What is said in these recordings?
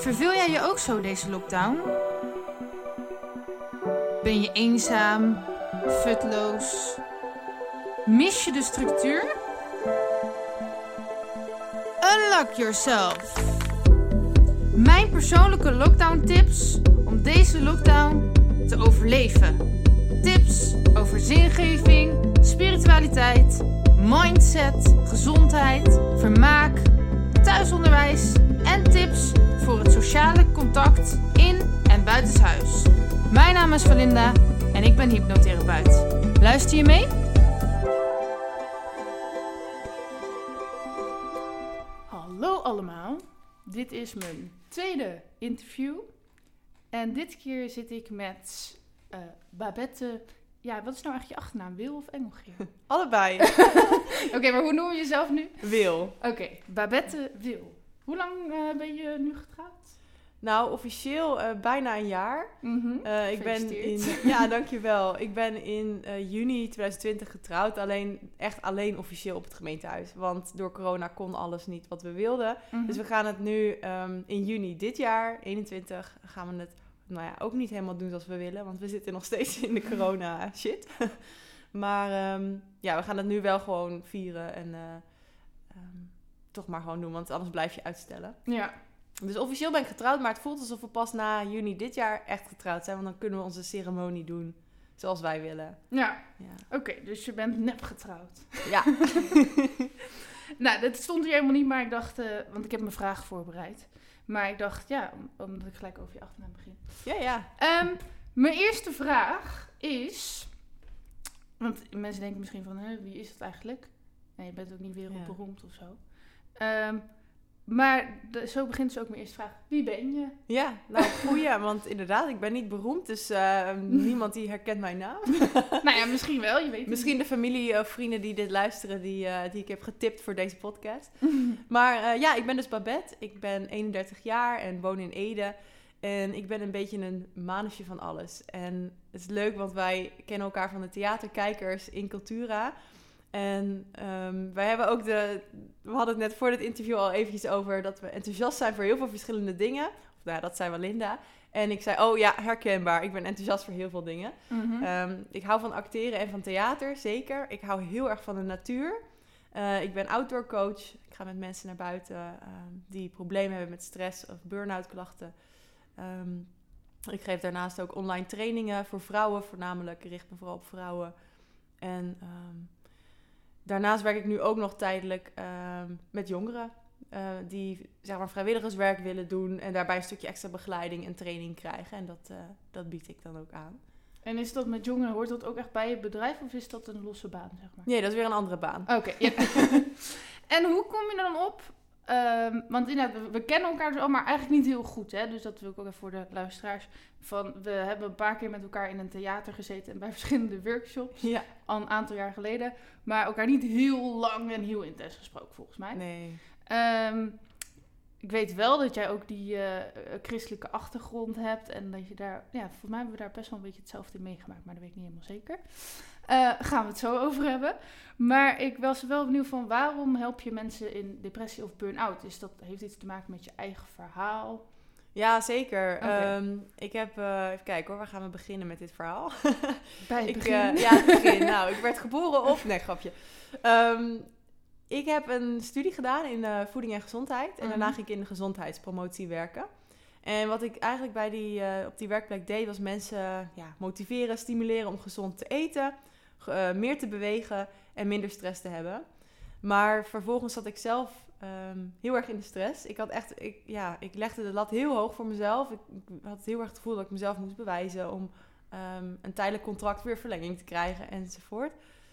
Verveel jij je ook zo deze lockdown? Ben je eenzaam, futloos? Mis je de structuur? Unlock yourself! Mijn persoonlijke lockdown tips om deze lockdown te overleven. Tips over zingeving, spiritualiteit, mindset, gezondheid, vermaak, thuisonderwijs en tips voor het sociale contact in en buitenshuis. Mijn naam is Valinda en ik ben hypnotherapeut. Luister je mee? Hallo allemaal, dit is mijn tweede interview. En dit keer zit ik met Babette. Ja, wat is nou eigenlijk je achternaam? Wil of Engelgeer? Allebei. Oké, maar hoe noem je jezelf nu? Wil. Oké, Babette Wil. Hoe lang ben je nu getrouwd? Nou, officieel bijna een jaar. Ik ben ja, dankjewel. Ik ben in juni 2020 getrouwd. Alleen officieel op het gemeentehuis. Want door corona kon alles niet wat we wilden. Dus we gaan het nu in juni dit jaar, 21, gaan we het ook niet helemaal doen zoals we willen. Want we zitten nog steeds in de corona shit. Maar we gaan het nu wel gewoon vieren en toch maar gewoon doen. Want anders blijf je uitstellen. Ja. Dus officieel ben ik getrouwd, maar het voelt alsof we pas na juni dit jaar echt getrouwd zijn. Want dan kunnen we onze ceremonie doen zoals wij willen. Ja. Oké, dus je bent nep getrouwd. Ja. Nou, dat stond hier helemaal niet, maar ik dacht, want ik heb mijn vraag voorbereid. Maar ik dacht, omdat ik gelijk over je achternaam begin. Ja. Mijn eerste vraag is, want mensen denken misschien van, wie is het eigenlijk? Nee, je bent ook niet wereldberoemd of zo. Maar zo begint dus ook mijn eerste vraag. Wie ben je? Ja, nou goeie, want inderdaad, ik ben niet beroemd, dus niemand die herkent mijn naam. Nou ja, misschien wel, je weet het misschien niet. De familie of vrienden die dit luisteren, die ik heb getipt voor deze podcast. Maar ik ben dus Babette, ik ben 31 jaar en woon in Ede. En ik ben een beetje een manusje van alles. En het is leuk, want wij kennen elkaar van de theaterkijkers in Cultura. En wij hebben ook we hadden het net voor dit interview al eventjes over dat we enthousiast zijn voor heel veel verschillende dingen. Dat zei wel Linda. En ik zei, herkenbaar. Ik ben enthousiast voor heel veel dingen. Ik hou van acteren en van theater, zeker. Ik hou heel erg van de natuur. Ik ben outdoor coach. Ik ga met mensen naar buiten die problemen hebben met stress of burn-out klachten. Ik geef daarnaast ook online trainingen voor vrouwen, voornamelijk. Ik richt me vooral op vrouwen. En daarnaast werk ik nu ook nog tijdelijk met jongeren die zeg maar vrijwilligerswerk willen doen en daarbij een stukje extra begeleiding en training krijgen. En dat bied ik dan ook aan. En is dat met jongeren, hoort dat ook echt bij je bedrijf of is dat een losse baan, zeg maar? Nee, dat is weer een andere baan. Oké, ja. En hoe kom je er dan op? Want inderdaad, we kennen elkaar dus al, maar eigenlijk niet heel goed. Hè? Dus dat wil ik ook even voor de luisteraars. We hebben een paar keer met elkaar in een theater gezeten en bij verschillende workshops. Ja. Al een aantal jaar geleden. Maar elkaar niet heel lang en heel intens gesproken, volgens mij. Nee. Ik weet wel dat jij ook die christelijke achtergrond hebt. En dat je daar, volgens mij hebben we daar best wel een beetje hetzelfde in meegemaakt. Maar dat weet ik niet helemaal zeker. Gaan we het zo over hebben. Maar ik was wel benieuwd van waarom help je mensen in depressie of burn-out? Heeft iets te maken met je eigen verhaal? Ja, zeker. Okay. Ik heb, even kijken hoor, waar gaan we beginnen met dit verhaal? Bij het begin. Het begin. Nou, ik werd geboren op... Nee, grapje. Ik heb een studie gedaan in voeding en gezondheid. En daarna ging ik in de gezondheidspromotie werken. En wat ik eigenlijk op die werkplek deed, was mensen motiveren, stimuleren om gezond te eten, meer te bewegen en minder stress te hebben. Maar vervolgens zat ik zelf heel erg in de stress. Ik legde de lat heel hoog voor mezelf. Ik had heel erg het gevoel dat ik mezelf moest bewijzen om een tijdelijk contract weer verlenging te krijgen enzovoort.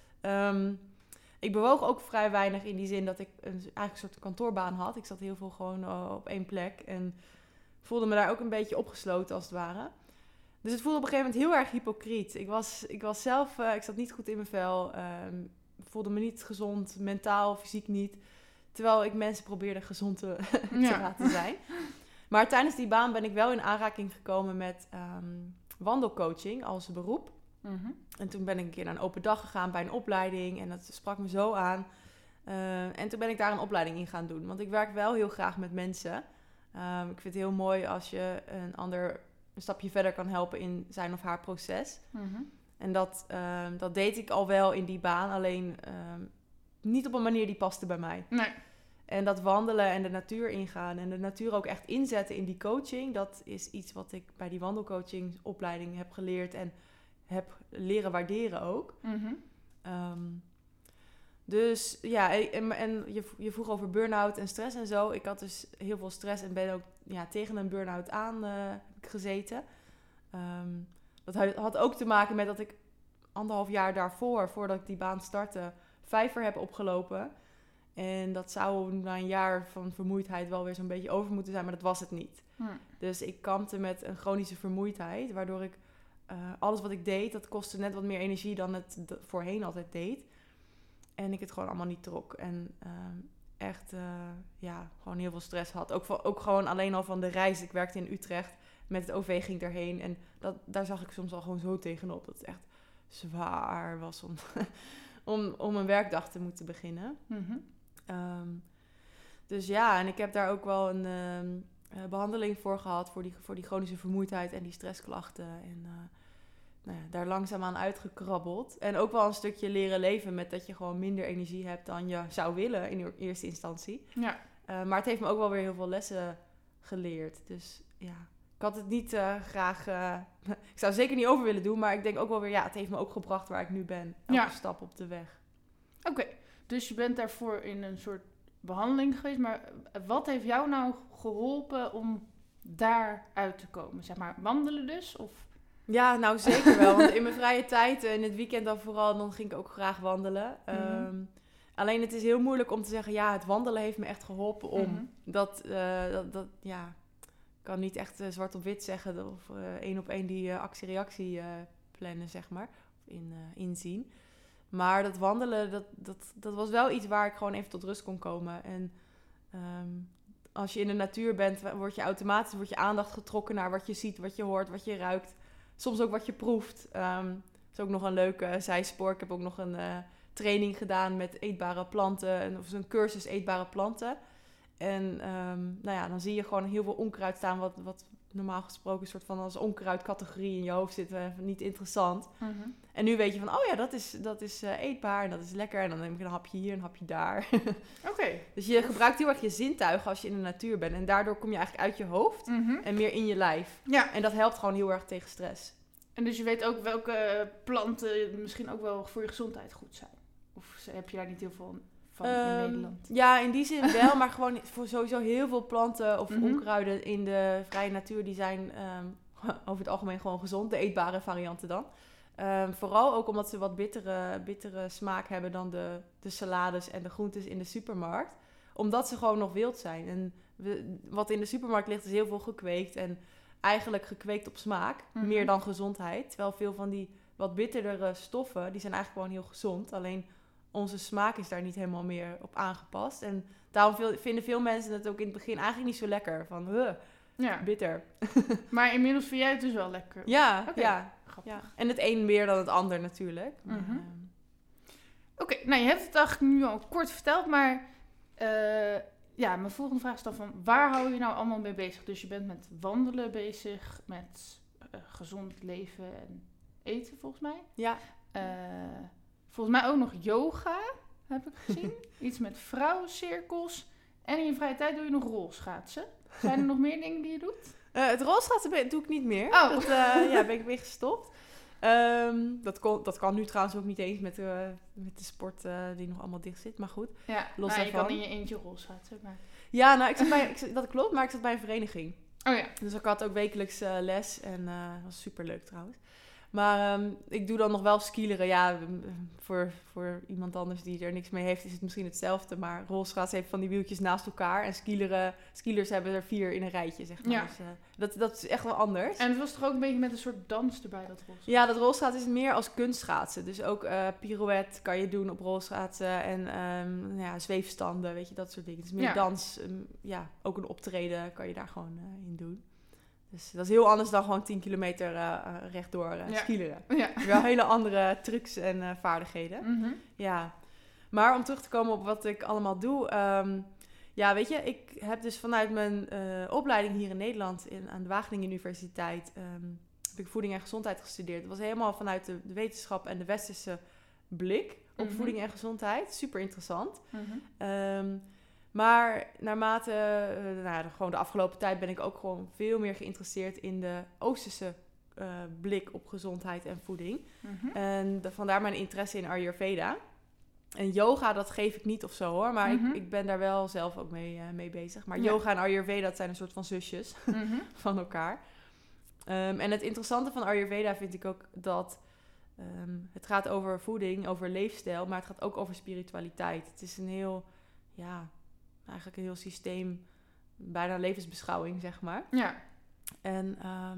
Ik bewoog ook vrij weinig in die zin dat ik eigenlijk een soort kantoorbaan had. Ik zat heel veel gewoon op één plek en voelde me daar ook een beetje opgesloten als het ware. Dus het voelde op een gegeven moment heel erg hypocriet. Ik was zelf, ik zat niet goed in mijn vel, voelde me niet gezond, mentaal, fysiek niet. Terwijl ik mensen probeerde gezond te laten zijn. Maar tijdens die baan ben ik wel in aanraking gekomen met wandelcoaching als beroep. En toen ben ik een keer naar een open dag gegaan bij een opleiding en dat sprak me zo aan. En toen ben ik daar een opleiding in gaan doen. Want ik werk wel heel graag met mensen. Ik vind het heel mooi als je een ander een stapje verder kan helpen in zijn of haar proces. En dat deed ik al wel in die baan, alleen niet op een manier die paste bij mij. Nee. En dat wandelen en de natuur ingaan en de natuur ook echt inzetten in die coaching, dat is iets wat ik bij die wandelcoachingopleiding heb geleerd en heb leren waarderen ook. Dus ja, en je vroeg over burn-out en stress en zo. Ik had dus heel veel stress en ben ook tegen een burn-out aan gezeten. Dat had ook te maken met dat ik 1,5 jaar daarvoor, voordat ik die baan startte, vijver heb opgelopen. En dat zou na een jaar van vermoeidheid wel weer zo'n beetje over moeten zijn, maar dat was het niet. Dus ik kampte met een chronische vermoeidheid, waardoor ik alles wat ik deed, dat kostte net wat meer energie dan het voorheen altijd deed. En ik het gewoon allemaal niet trok. En gewoon heel veel stress had. Ook gewoon alleen al van de reis. Ik werkte in Utrecht, met het OV ging daarheen. En daar zag ik soms al gewoon zo tegenop. Dat het echt zwaar was om een werkdag te moeten beginnen. Dus ja, en ik heb daar ook wel een behandeling voor gehad. Voor die chronische vermoeidheid en die stressklachten. En daar langzaamaan uitgekrabbeld. En ook wel een stukje leren leven met dat je gewoon minder energie hebt dan je zou willen in eerste instantie. Ja. Maar het heeft me ook wel weer heel veel lessen geleerd. Dus ja, ik had het niet graag... ik zou het zeker niet over willen doen, maar ik denk ook wel weer... het heeft me ook gebracht waar ik nu ben. Elke stap op de weg. Oké, dus je bent daarvoor in een soort behandeling geweest. Maar wat heeft jou nou geholpen om daaruit te komen? Zeg maar, wandelen dus? Of... Ja, nou zeker wel. Want in mijn vrije tijd, in het weekend dan vooral, dan ging ik ook graag wandelen. Alleen het is heel moeilijk om te zeggen, het wandelen heeft me echt geholpen om. Ik kan niet echt zwart op wit zeggen of 1 op 1 die actie-reactie plannen, zeg maar. Of inzien. Maar dat wandelen, dat was wel iets waar ik gewoon even tot rust kon komen. En als je in de natuur bent, word je aandacht getrokken naar wat je ziet, wat je hoort, wat je ruikt. Soms ook wat je proeft. Dat is ook nog een leuke zijspoor. Ik heb ook nog een training gedaan met eetbare planten. Of een cursus eetbare planten. En dan zie je gewoon heel veel onkruid staan. Wat normaal gesproken een soort van als onkruidcategorie in je hoofd zit. Niet interessant. En nu weet je van, dat is eetbaar en dat is lekker. En dan neem ik een hapje hier, een hapje daar. Oké. Dus je gebruikt heel erg je zintuigen als je in de natuur bent. En daardoor kom je eigenlijk uit je hoofd en meer in je lijf. Ja. En dat helpt gewoon heel erg tegen stress. En dus je weet ook welke planten misschien ook wel voor je gezondheid goed zijn? Of heb je daar niet heel veel van in Nederland? Ja, in die zin wel. Maar gewoon voor sowieso heel veel planten of onkruiden in de vrije natuur... die zijn over het algemeen gewoon gezond. De eetbare varianten dan. Vooral ook omdat ze wat bittere smaak hebben dan de salades en de groentes in de supermarkt. Omdat ze gewoon nog wild zijn. En wat in de supermarkt ligt is heel veel gekweekt. En eigenlijk gekweekt op smaak. Meer dan gezondheid. Terwijl veel van die wat bitterdere stoffen, die zijn eigenlijk gewoon heel gezond. Alleen onze smaak is daar niet helemaal meer op aangepast. En daarom vinden veel mensen het ook in het begin eigenlijk niet zo lekker. Van, bitter. Maar inmiddels vind jij het dus wel lekker? Ja, ja. Ja. En het een meer dan het ander natuurlijk. Oké, nou je hebt het eigenlijk nu al kort verteld, maar mijn volgende vraag is dan van waar hou je nou allemaal mee bezig? Dus je bent met wandelen bezig, met gezond leven en eten volgens mij. Ja. Volgens mij ook nog yoga, heb ik gezien. Iets met vrouwencirkels. En in je vrije tijd doe je nog rolschaatsen. Zijn er nog meer dingen die je doet? Het rolschaatsen doe ik niet meer. Oh. Dat ben ik weer gestopt. Dat kan nu trouwens ook niet eens met de sport die nog allemaal dicht zit. Maar goed, los daarvan. Je kan in je eentje rolschaatsen. Maar... Ja, nou, dat klopt, maar ik zat bij een vereniging. Oh ja. Dus ik had ook wekelijks les en dat was superleuk trouwens. Maar ik doe dan nog wel skileren. Ja, voor iemand anders die er niks mee heeft is het misschien hetzelfde. Maar rolschaatsen heeft van die wieltjes naast elkaar. En skilers hebben er 4 in een rijtje, zeg maar. Ja. Dus, dat is echt wel anders. En het was toch ook een beetje met een soort dans erbij, dat rolschaatsen? Ja, dat rolschaatsen is meer als kunstschaatsen. Dus ook pirouette kan je doen op rolschaatsen. En zweefstanden, weet je, dat soort dingen. Het is meer dans. Ook een optreden kan je daar gewoon in doen. Dus dat is heel anders dan gewoon 10 kilometer rechtdoor skileren. Ja. Wel hele andere trucs en vaardigheden. Ja. Maar om terug te komen op wat ik allemaal doe. Ja, weet je, ik heb dus vanuit mijn opleiding hier in Nederland aan de Wageningen Universiteit heb ik voeding en gezondheid gestudeerd. Het was helemaal vanuit de wetenschap en de westerse blik op voeding en gezondheid. Super interessant. Maar naarmate, gewoon de afgelopen tijd ben ik ook gewoon veel meer geïnteresseerd in de oosterse blik op gezondheid en voeding. En vandaar mijn interesse in Ayurveda. En yoga, dat geef ik niet of zo hoor. Maar ik ben daar wel zelf ook mee bezig. Maar yoga en Ayurveda, dat zijn een soort van zusjes van elkaar. En het interessante van Ayurveda vind ik ook dat het gaat over voeding, over leefstijl. Maar het gaat ook over spiritualiteit. Het is eigenlijk een heel systeem, bijna levensbeschouwing, zeg maar. Ja. En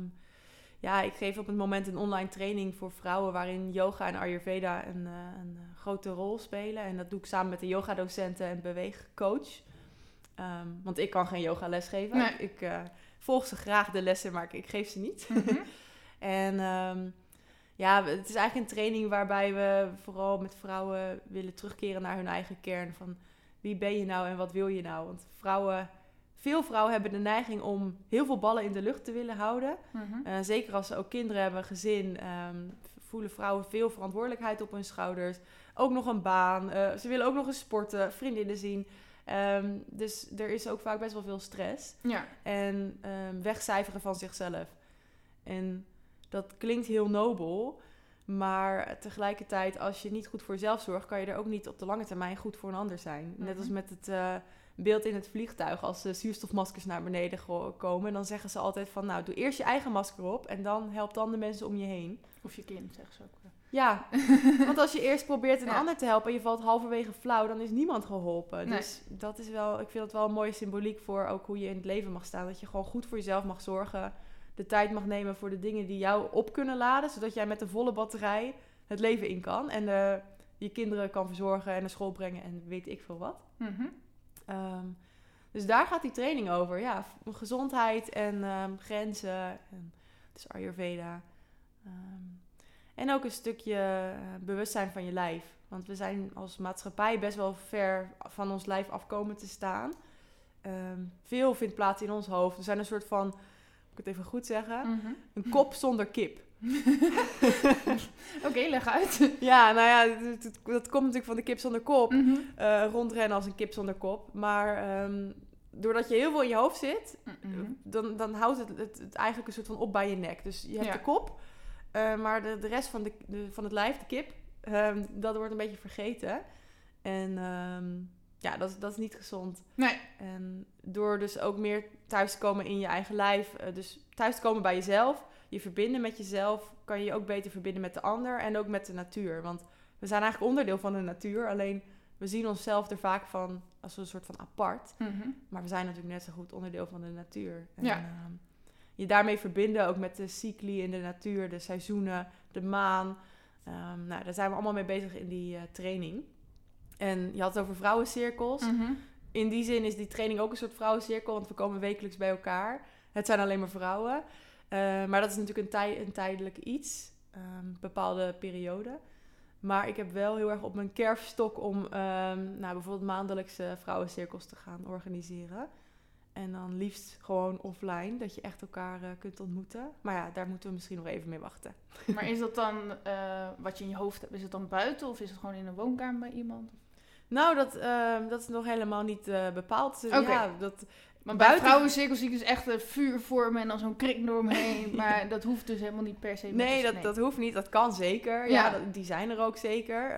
ik geef op het moment een online training voor vrouwen waarin yoga en Ayurveda een grote rol spelen. En dat doe ik samen met de yogadocenten en beweegcoach. Want ik kan geen yogales geven. Nee. Ik volg ze graag de lessen, maar ik geef ze niet. En het is eigenlijk een training waarbij we vooral met vrouwen willen terugkeren naar hun eigen kern. Van wie ben je nou en wat wil je nou? Want veel vrouwen hebben de neiging om heel veel ballen in de lucht te willen houden. Zeker als ze ook kinderen hebben, gezin, voelen vrouwen veel verantwoordelijkheid op hun schouders. Ook nog een baan. Ze willen ook nog eens sporten, vriendinnen zien. Dus er is ook vaak best wel veel stress. Ja. En wegcijferen van zichzelf. En dat klinkt heel nobel. Maar tegelijkertijd, als je niet goed voor jezelf zorgt, kan je er ook niet op de lange termijn goed voor een ander zijn. Net als met het beeld in het vliegtuig. Als de zuurstofmaskers naar beneden komen, dan zeggen ze altijd van, nou, doe eerst je eigen masker op en dan help dan de mensen om je heen. Of je kind, zeggen ze ook. Ja, want als je eerst probeert een ander te helpen en je valt halverwege flauw, dan is niemand geholpen. Nee. Dus dat is wel, ik vind het wel een mooie symboliek voor ook hoe je in het leven mag staan. Dat je gewoon goed voor jezelf mag zorgen. De tijd mag nemen voor de dingen die jou op kunnen laden, zodat jij met een volle batterij het leven in kan. En je kinderen kan verzorgen en naar school brengen en weet ik veel wat. Dus daar gaat die training over. Ja, gezondheid en grenzen. En het is Ayurveda. En ook een stukje bewustzijn van je lijf. Want we zijn als maatschappij best wel ver van ons lijf afkomen te staan. Veel vindt plaats in ons hoofd. We zijn een soort van, moet ik het even goed zeggen, een kop zonder kip. Oké, leg uit. Ja, nou ja, dat komt natuurlijk van de kip zonder kop. Rondrennen als een kip zonder kop. Maar doordat je heel veel in je hoofd zit, dan houdt het eigenlijk een soort van op bij je nek. Dus je hebt de kop, maar de rest van het lijf, de kip, dat wordt een beetje vergeten. En dat is niet gezond. Nee. En door dus ook meer thuis te komen in je eigen lijf, dus thuis te komen bij jezelf, je verbinden met jezelf, kan je je ook beter verbinden met de ander en ook met de natuur. Want we zijn eigenlijk onderdeel van de natuur, alleen we zien onszelf er vaak van als een soort van apart. Maar we zijn natuurlijk net zo goed onderdeel van de natuur. En, je daarmee verbinden ook met de cycli in de natuur, de seizoenen, de maan. Daar zijn we allemaal mee bezig in die training. En je had het over vrouwencirkels. In die zin is die training ook een soort vrouwencirkel, want we komen wekelijks bij elkaar. Het zijn alleen maar vrouwen. Maar dat is natuurlijk een tijdelijk iets, bepaalde periode. Maar ik heb wel heel erg op mijn kerfstok om bijvoorbeeld maandelijkse vrouwencirkels te gaan organiseren. En dan liefst gewoon offline, dat je echt elkaar kunt ontmoeten. Maar ja, daar moeten we misschien nog even mee wachten. Maar is dat dan wat je in je hoofd hebt, is het dan buiten of is het gewoon in een woonkamer bij iemand? Nou, dat is nog helemaal niet bepaald. Okay. Ja, maar bij vrouwencirkels zie ik dus echt een vuur vormen en dan zo'n kring door me heen. Maar dat hoeft dus helemaal niet per se. Nee, dat hoeft niet. Dat kan zeker. Ja, die zijn er ook zeker.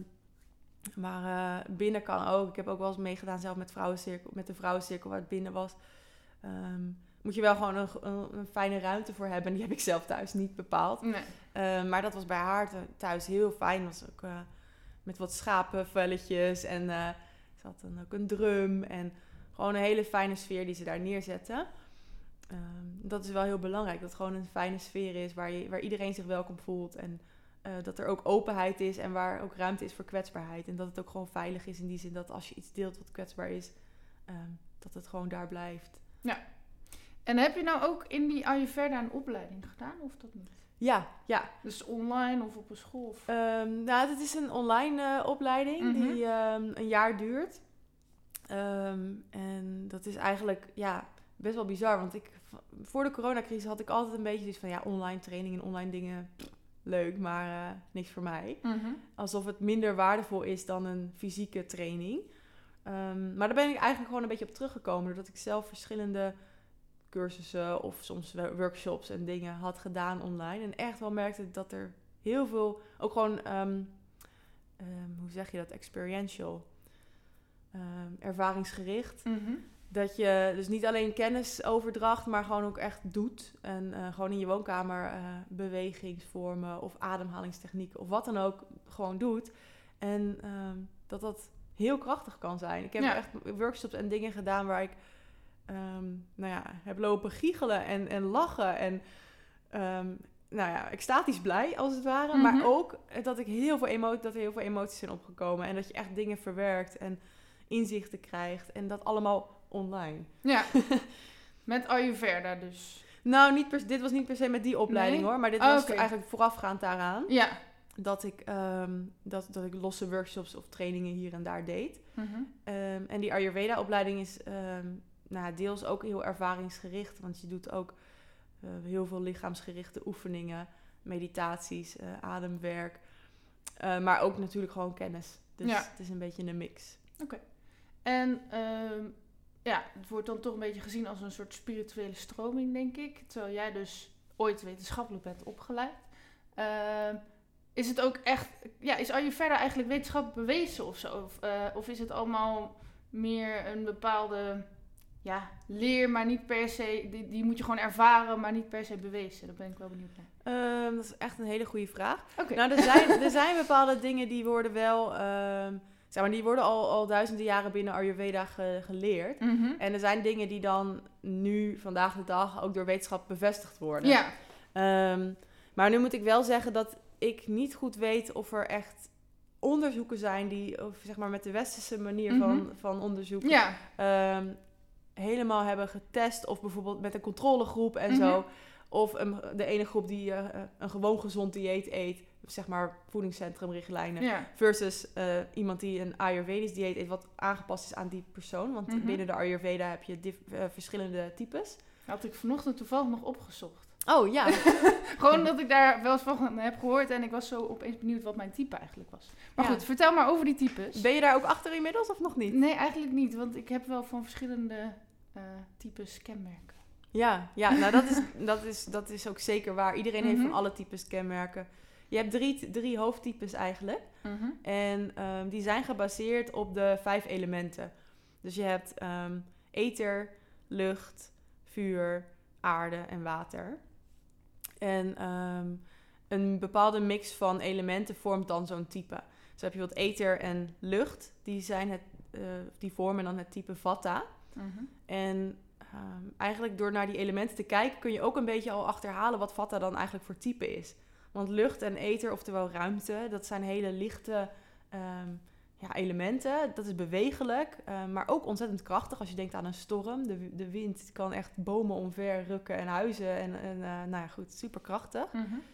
Maar binnen kan ook. Ik heb ook wel eens meegedaan zelf met de vrouwencirkel waar het binnen was. Moet je wel gewoon een fijne ruimte voor hebben. En die heb ik zelf thuis niet bepaald. Nee. Maar dat was bij haar thuis heel fijn. Dat was ook met wat schapenvelletjes. En ze had dan ook een drum. En gewoon een hele fijne sfeer die ze daar neerzetten. Dat is wel heel belangrijk. Dat het gewoon een fijne sfeer is waar iedereen zich welkom voelt. En dat er ook openheid is en waar ook ruimte is voor kwetsbaarheid. En dat het ook gewoon veilig is in die zin dat als je iets deelt wat kwetsbaar is, dat het gewoon daar blijft. Ja. En heb je nou ook in die Ayurveda een opleiding gedaan of dat niet? Ja. Dus online of op een school? Of? Het is een online opleiding die een jaar duurt. En dat is eigenlijk best wel bizar. Want voor de coronacrisis had ik altijd een beetje van online training en online dingen, leuk, maar niks voor mij. Mhm. Alsof het minder waardevol is dan een fysieke training. Maar daar ben ik eigenlijk gewoon een beetje op teruggekomen. Doordat ik zelf verschillende cursussen of soms workshops en dingen had gedaan online. En echt wel merkte dat er heel veel, ook gewoon, hoe zeg je dat, experiential, ervaringsgericht. Mhm. Dat je dus niet alleen kennis overdracht, maar gewoon ook echt doet. En gewoon in je woonkamer bewegingsvormen of ademhalingstechnieken of wat dan ook gewoon doet. En dat heel krachtig kan zijn. Ik heb echt workshops en dingen gedaan waar ik heb lopen giechelen en lachen. En extatisch blij als het ware. Mhm. Maar ook dat er heel veel emoties zijn opgekomen. En dat je echt dingen verwerkt en inzichten krijgt. En dat allemaal online. Ja, met Ayurveda dus. Nou, dit was niet per se met die opleiding Nee? hoor. Maar dit Oh, was oké. eigenlijk voorafgaand daaraan. Ja. Dat ik losse workshops of trainingen hier en daar deed. Mhm. En die Ayurveda-opleiding is deels ook heel ervaringsgericht. Want je doet ook heel veel lichaamsgerichte oefeningen, meditaties, ademwerk. Maar ook natuurlijk gewoon kennis. Dus het is een beetje een mix. En het wordt dan toch een beetje gezien als een soort spirituele stroming, denk ik. Terwijl jij dus ooit wetenschappelijk bent opgeleid. Is het ook echt... Ja, is Ayurveda eigenlijk wetenschappelijk bewezen of zo? Of is het allemaal meer een bepaalde leer, maar niet per se... Die moet je gewoon ervaren, maar niet per se bewezen. Daar ben ik wel benieuwd naar. Dat is echt een hele goede vraag. Oké. Nou, er zijn bepaalde dingen die worden wel... die worden al duizenden jaren binnen Ayurveda geleerd. Mhm. En er zijn dingen die dan nu, vandaag de dag, ook door wetenschap bevestigd worden. Ja. Maar nu moet ik wel zeggen dat ik niet goed weet of er echt onderzoeken zijn die, of zeg maar met de westerse manier van onderzoek, helemaal hebben getest. Of bijvoorbeeld met een controlegroep en zo. Of de ene groep die een gewoon gezond dieet eet, zeg maar voedingscentrumrichtlijnen. Ja. Versus iemand die een Ayurvedisch dieet eet wat aangepast is aan die persoon. Want binnen de Ayurveda heb je verschillende types. Had ik vanochtend toevallig nog opgezocht. Oh ja. Gewoon dat ik daar wel eens van heb gehoord en ik was zo opeens benieuwd wat mijn type eigenlijk was. Maar goed, vertel maar over die types. Ben je daar ook achter inmiddels of nog niet? Nee, eigenlijk niet, want ik heb wel van verschillende types kenmerken. Ja, nou dat is ook zeker waar. Iedereen heeft van alle types kenmerken. Je hebt drie hoofdtypes eigenlijk. En die zijn gebaseerd op de 5 elementen. Dus je hebt ether, lucht, vuur, aarde en water. En een bepaalde mix van elementen vormt dan zo'n type. Dus heb je wat ether en lucht. Die vormen dan het type vata. En eigenlijk door naar die elementen te kijken kun je ook een beetje al achterhalen wat vata dan eigenlijk voor type is. Want lucht en ether, oftewel ruimte, dat zijn hele lichte elementen. Dat is bewegelijk, maar ook ontzettend krachtig als je denkt aan een storm. De wind kan echt bomen omver rukken en huizen. Super krachtig.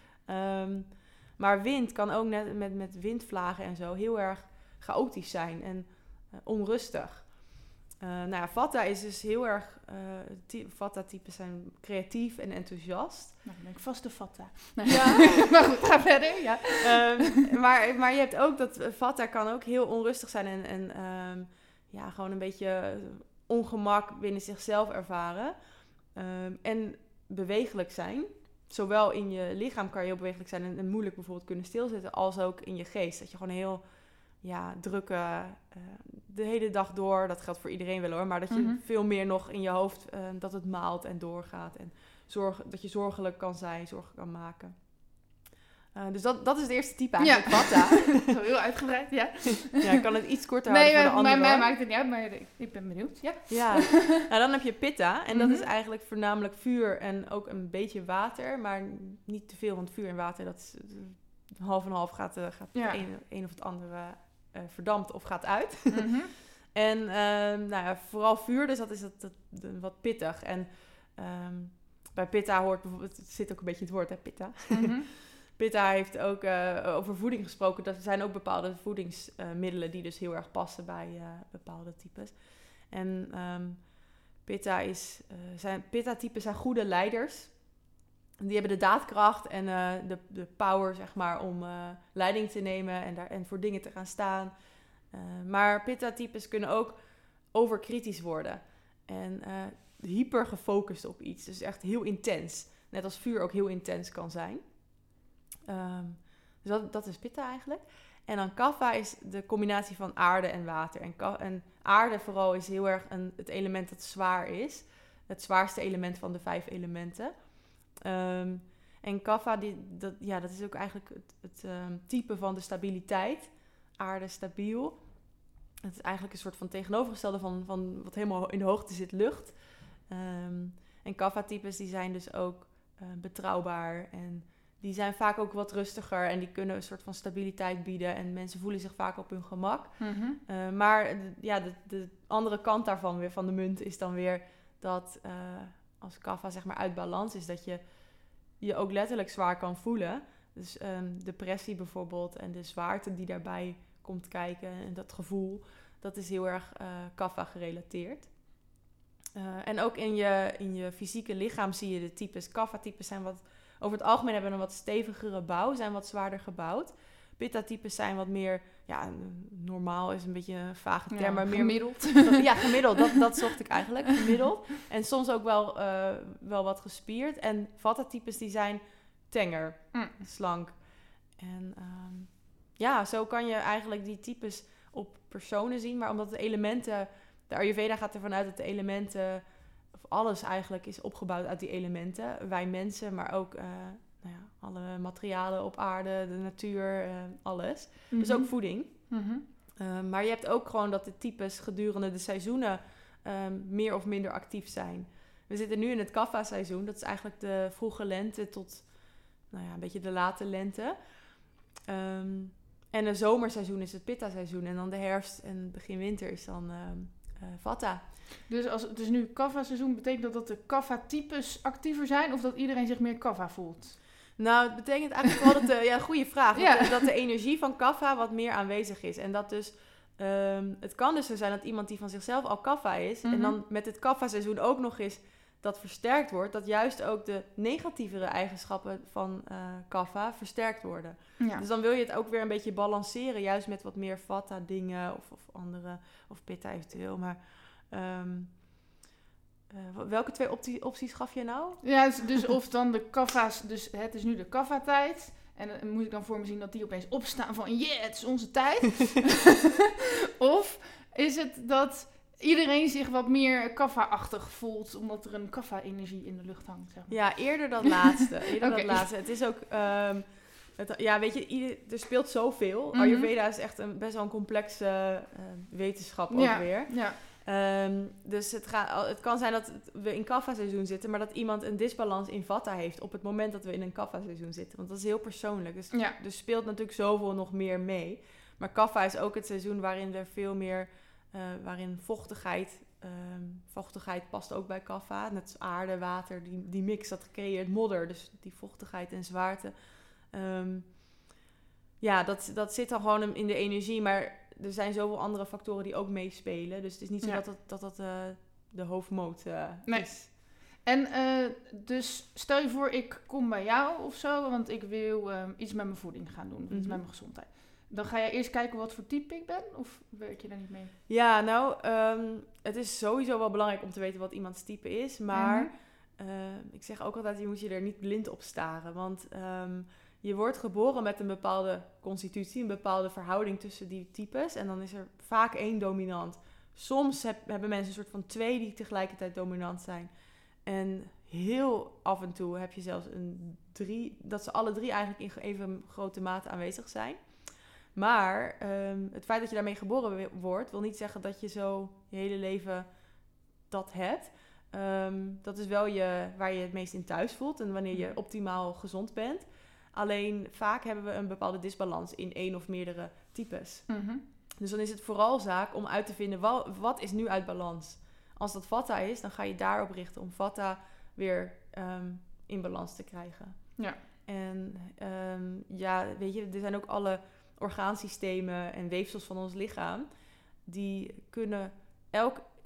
Maar wind kan ook net met windvlagen en zo heel erg chaotisch zijn en onrustig. Vata is dus heel erg... Vata-types zijn creatief en enthousiast. Nou, dan ben ik vast de Vata. Ja. Maar goed, ga verder. Ja. Maar je hebt ook dat Vata kan ook heel onrustig zijn en gewoon een beetje ongemak binnen zichzelf ervaren. En bewegelijk zijn. Zowel in je lichaam kan je heel bewegelijk zijn en moeilijk bijvoorbeeld kunnen stilzitten, als ook in je geest. Dat je gewoon heel drukke de hele dag door, dat geldt voor iedereen wel hoor, maar dat je veel meer nog in je hoofd, dat het maalt en doorgaat en dat je zorgelijk kan zijn, zorgen kan maken. Dus dat is het eerste type eigenlijk, Vata. Zo heel uitgebreid, ja. Ja, ik kan het iets korter houden voor de andere. Mij maakt het niet uit, maar ik ben benieuwd. Ja. Nou dan heb je Pitta en dat is eigenlijk voornamelijk vuur en ook een beetje water, maar niet te veel, want vuur en water, dat is half en half gaat het een of het andere verdampt of gaat uit. En vooral vuur, dus dat is wat pittig. En bij Pitta hoort bijvoorbeeld, het zit ook een beetje in het woord, hè, Pitta. Pitta heeft ook over voeding gesproken. Dat zijn ook bepaalde voedingsmiddelen die dus heel erg passen bij bepaalde types. En Pitta-types zijn goede leiders. Die hebben de daadkracht en de power, zeg maar, om leiding te nemen en voor dingen te gaan staan. Maar Pitta-types kunnen ook overkritisch worden. En hyper gefocust op iets. Dus echt heel intens. Net als vuur ook heel intens kan zijn. Dus dat is Pitta eigenlijk. En dan Kapha is de combinatie van aarde en water. En aarde vooral is heel erg het element dat zwaar is. Het zwaarste element van de 5 elementen. En Kapha, dat is ook eigenlijk het type van de stabiliteit. Aarde stabiel. Het is eigenlijk een soort van tegenovergestelde van wat helemaal in de hoogte zit, lucht. En Kapha-types die zijn dus ook betrouwbaar en die zijn vaak ook wat rustiger en die kunnen een soort van stabiliteit bieden en mensen voelen zich vaak op hun gemak. Mm-hmm. Maar de andere kant daarvan weer van de munt is dan weer dat als Kapha zeg maar uit balans is, dat je ook letterlijk zwaar kan voelen. Dus depressie bijvoorbeeld en de zwaarte die daarbij komt kijken en dat gevoel, dat is heel erg Kapha gerelateerd. En ook in je fysieke lichaam zie je de types. Kapha-types zijn over het algemeen hebben een wat stevigere bouw, zijn wat zwaarder gebouwd. Pitta-types zijn wat meer, normaal is een beetje een vage term, maar meer gemiddeld. Gemiddeld, dat zocht ik eigenlijk, gemiddeld. En soms ook wel wat gespierd. En Vata-types die zijn tenger, slank. En zo kan je eigenlijk die types op personen zien, maar omdat de elementen, de Ayurveda gaat ervan uit dat de elementen, of alles eigenlijk is opgebouwd uit die elementen. Wij mensen, maar ook alle materialen op aarde, de natuur, alles. Mm-hmm. Dus ook voeding. Mm-hmm. Maar je hebt ook gewoon dat de types gedurende de seizoenen meer of minder actief zijn. We zitten nu in het Kapha-seizoen. Dat is eigenlijk de vroege lente tot een beetje de late lente. En de zomerseizoen is het Pitta-seizoen. En dan de herfst en begin winter is dan Vata. Dus als het dus nu Kapha-seizoen betekent dat de Kapha-types actiever zijn of dat iedereen zich meer Kapha voelt? Nou, het betekent eigenlijk wel dat goede vraag. Dat de energie van Kapha wat meer aanwezig is. En dat dus, het kan dus zo zijn dat iemand die van zichzelf al Kapha is, en dan met het Kapha-seizoen ook nog eens dat versterkt wordt, dat juist ook de negatievere eigenschappen van Kapha versterkt worden. Ja. Dus dan wil je het ook weer een beetje balanceren, juist met wat meer Vata dingen of andere, of Pitta eventueel. Maar welke 2 opties gaf je nou? Ja, dus of dan de Kapha's, dus het is nu de Kapha-tijd. En dan moet ik dan voor me zien dat die opeens opstaan van, het is onze tijd. Of is het dat iedereen zich wat meer Kapha-achtig voelt, omdat er een Kapha-energie in de lucht hangt, zeg maar. Ja, eerder dat laatste. Dat laatste. Het is ook, weet je, er speelt zoveel. Mm-hmm. Ayurveda is echt best wel een complexe wetenschap ook weer. Ja. Dus het kan zijn dat we in Kapha-seizoen zitten, maar dat iemand een disbalans in Vata heeft op het moment dat we in een Kapha-seizoen zitten. Want dat is heel persoonlijk. Dus er speelt natuurlijk zoveel nog meer mee. Maar Kapha is ook het seizoen waarin er veel meer, waarin vochtigheid past ook bij Kapha. Net als aarde, water, die mix, dat creëert modder. Dus die vochtigheid en zwaarte. Dat zit dan gewoon in de energie, maar er zijn zoveel andere factoren die ook meespelen. Dus het is niet zo dat de hoofdmoot is. En dus stel je voor, ik kom bij jou of zo, want ik wil iets met mijn voeding gaan doen. Of iets met mijn gezondheid. Dan ga je eerst kijken wat voor type ik ben? Of werk je daar niet mee? Ja, het is sowieso wel belangrijk om te weten wat iemands type is. Maar ik zeg ook altijd, je moet je er niet blind op staren. Want je wordt geboren met een bepaalde constitutie, een bepaalde verhouding tussen die types. En dan is er vaak 1 dominant. Soms hebben mensen een soort van 2 die tegelijkertijd dominant zijn. En heel af en toe heb je zelfs een 3, dat ze alle 3 eigenlijk in even grote mate aanwezig zijn. Maar het feit dat je daarmee geboren wordt, wil niet zeggen dat je zo je hele leven dat hebt. Dat is wel waar je het meest in thuis voelt en wanneer je optimaal gezond bent. Alleen vaak hebben we een bepaalde disbalans in 1 of meerdere types. Mm-hmm. Dus dan is het vooral zaak om uit te vinden, wat is nu uit balans? Als dat Vata is, dan ga je daarop richten om Vata weer in balans te krijgen. Ja. En weet je, er zijn ook alle orgaansystemen en weefsels van ons lichaam, die kunnen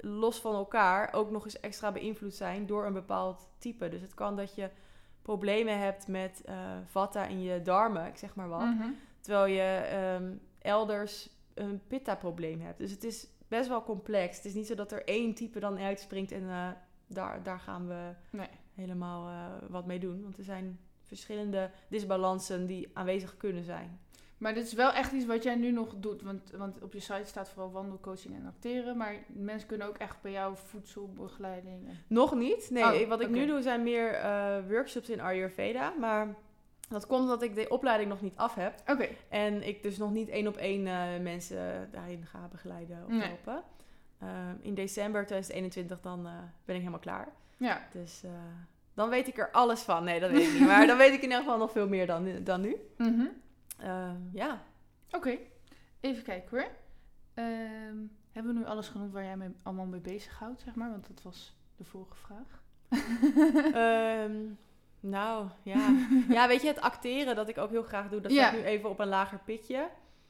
los van elkaar ook nog eens extra beïnvloed zijn door een bepaald type. Dus het kan dat je problemen hebt met vata in je darmen, ik zeg maar wat. Mm-hmm. Terwijl je elders een pitta-probleem hebt. Dus het is best wel complex. Het is niet zo dat er één type dan uitspringt en daar gaan we helemaal wat mee doen. Want er zijn verschillende disbalansen die aanwezig kunnen zijn. Maar dit is wel echt iets wat jij nu nog doet. Want op je site staat vooral wandelcoaching en acteren. Maar mensen kunnen ook echt bij jou voedselbegeleiding. Nog niet. Nee, wat ik oké. nu doe zijn meer workshops in Ayurveda. Maar dat komt omdat ik de opleiding nog niet af heb. Oké. En ik dus nog niet 1-op-1 mensen daarin ga begeleiden of helpen. In december 2021 dan ben ik helemaal klaar. Ja. Dus dan weet ik er alles van. Nee, dat weet ik niet. Maar dan weet ik in ieder geval nog veel meer dan nu. Mm-hmm. Ja. Oké. Even kijken hoor. Hebben we nu alles genoemd waar jij allemaal mee bezighoudt, zeg maar? Want dat was de vorige vraag. Nou, ja. Ja, weet je, het acteren dat ik ook heel graag doe, dat staat nu even op een lager pitje.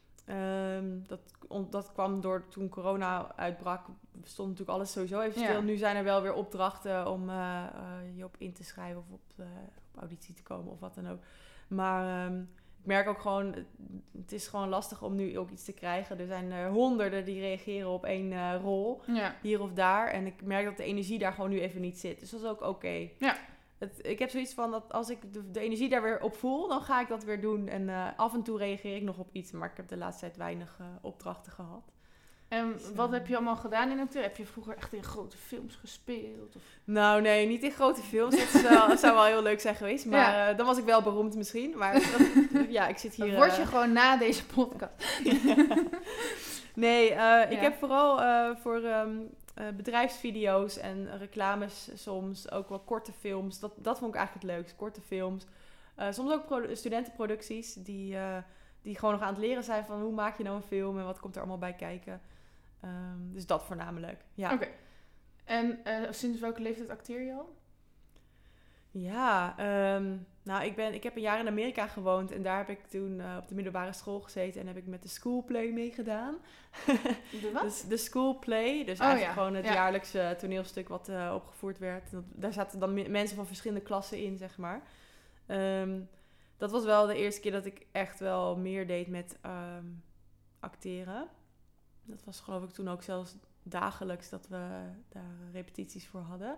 Dat kwam door toen corona uitbrak, stond natuurlijk alles sowieso even stil. Nu zijn er wel weer opdrachten om je op in te schrijven of op auditie te komen of wat dan ook. Maar ik merk ook gewoon, het is gewoon lastig om nu ook iets te krijgen. Er zijn honderden die reageren op één rol, hier of daar. En ik merk dat de energie daar gewoon nu even niet zit. Dus dat is ook oké. Ja. Ik heb zoiets van dat als ik de energie daar weer op voel, dan ga ik dat weer doen. En af en toe reageer ik nog op iets, maar ik heb de laatste tijd weinig opdrachten gehad. En dus, wat heb je allemaal gedaan in acteren? Heb je vroeger echt in grote films gespeeld? Of? Nou nee, niet in grote films. Dat zou wel heel leuk zijn geweest. Maar dan was ik wel beroemd misschien. Maar ik zit hier... Word je gewoon na deze podcast. Nee, ik heb vooral voor bedrijfsvideo's en reclames soms, ook wel korte films. Dat vond ik eigenlijk het leukst, korte films. Soms ook studentenproducties die gewoon nog aan het leren zijn van hoe maak je nou een film en wat komt er allemaal bij kijken. Dus dat voornamelijk, ja. Oké. En sinds welke leeftijd acteer je al? Ja, nou ik heb een jaar in Amerika gewoond en daar heb ik toen op de middelbare school gezeten en heb ik met de schoolplay meegedaan. De wat? Dus de schoolplay, dus eigenlijk gewoon het jaarlijkse toneelstuk wat opgevoerd werd. Daar zaten dan mensen van verschillende klassen in, zeg maar. Dat was wel de eerste keer dat ik echt wel meer deed met acteren. Dat was geloof ik toen ook zelfs dagelijks dat we daar repetities voor hadden.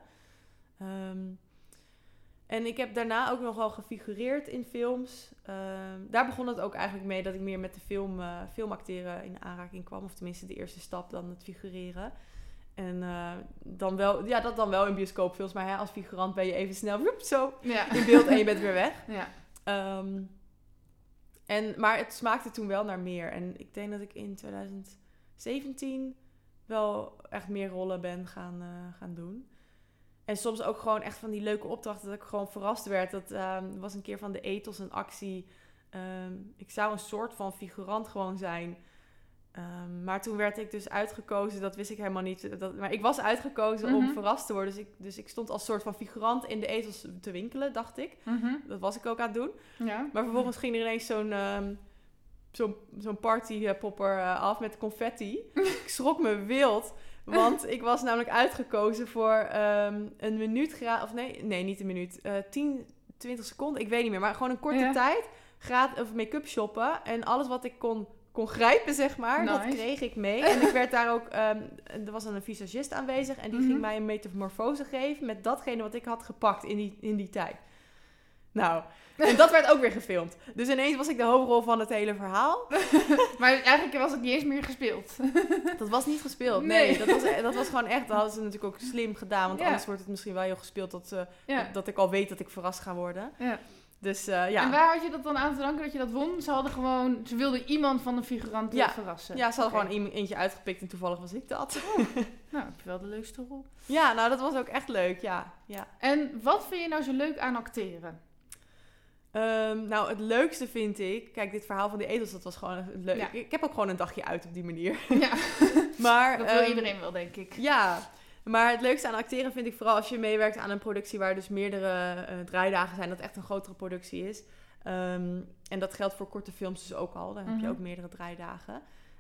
En ik heb daarna ook nog wel gefigureerd in films. Daar begon het ook eigenlijk mee dat ik meer met de filmacteren in aanraking kwam. Of tenminste de eerste stap dan het figureren. En dan wel in bioscoopfilms. Maar als figurant ben je even snel in beeld en je bent weer weg. Ja. Maar het smaakte toen wel naar meer. En ik denk dat ik in 2017 wel echt meer rollen ben gaan doen. En soms ook gewoon echt van die leuke opdrachten dat ik gewoon verrast werd. Dat was een keer van de ethos een actie. Ik zou een soort van figurant gewoon zijn. Maar toen werd ik dus uitgekozen, dat wist ik helemaal niet. Maar ik was uitgekozen om verrast te worden. Dus ik stond als soort van figurant in de ethos te winkelen, dacht ik. Dat was ik ook aan het doen. Ja. Maar vervolgens ging er ineens zo'n partypopper af met confetti. Ik schrok me wild. Want ik was namelijk uitgekozen voor een minuut of nee, niet een minuut. 10, 20 seconden, ik weet niet meer. Maar gewoon een korte tijd of make-up shoppen. En alles wat ik kon grijpen, zeg maar, dat kreeg ik mee. En ik werd daar ook... er was een visagist aanwezig en die ging mij een metamorfose geven met datgene wat ik had gepakt in die tijd. Nou, en dat werd ook weer gefilmd. Dus ineens was ik de hoofdrol van het hele verhaal. Maar eigenlijk was het niet eens meer gespeeld. Dat was niet gespeeld, nee. Dat was gewoon echt... Dat hadden ze natuurlijk ook slim gedaan. Want anders wordt het misschien wel heel gespeeld dat ik al weet dat ik verrast ga worden. Ja. Dus En waar had je dat dan aan te danken dat je dat won? Ze wilden iemand van de figuranten verrassen. Ja, ze hadden gewoon eentje uitgepikt en toevallig was ik dat. Nou, heb je wel de leukste rol. Ja, nou dat was ook echt leuk, ja. En wat vind je nou zo leuk aan acteren? Nou, het leukste vind ik... Kijk, dit verhaal van die edels, dat was gewoon leuk. Ja. Ik heb ook gewoon een dagje uit op die manier. Ja, maar, dat wil iedereen wel, denk ik. Ja, maar het leukste aan acteren vind ik vooral als je meewerkt aan een productie waar dus meerdere draaidagen zijn, dat echt een grotere productie is. En dat geldt voor korte films dus ook al. Dan heb je ook meerdere draaidagen.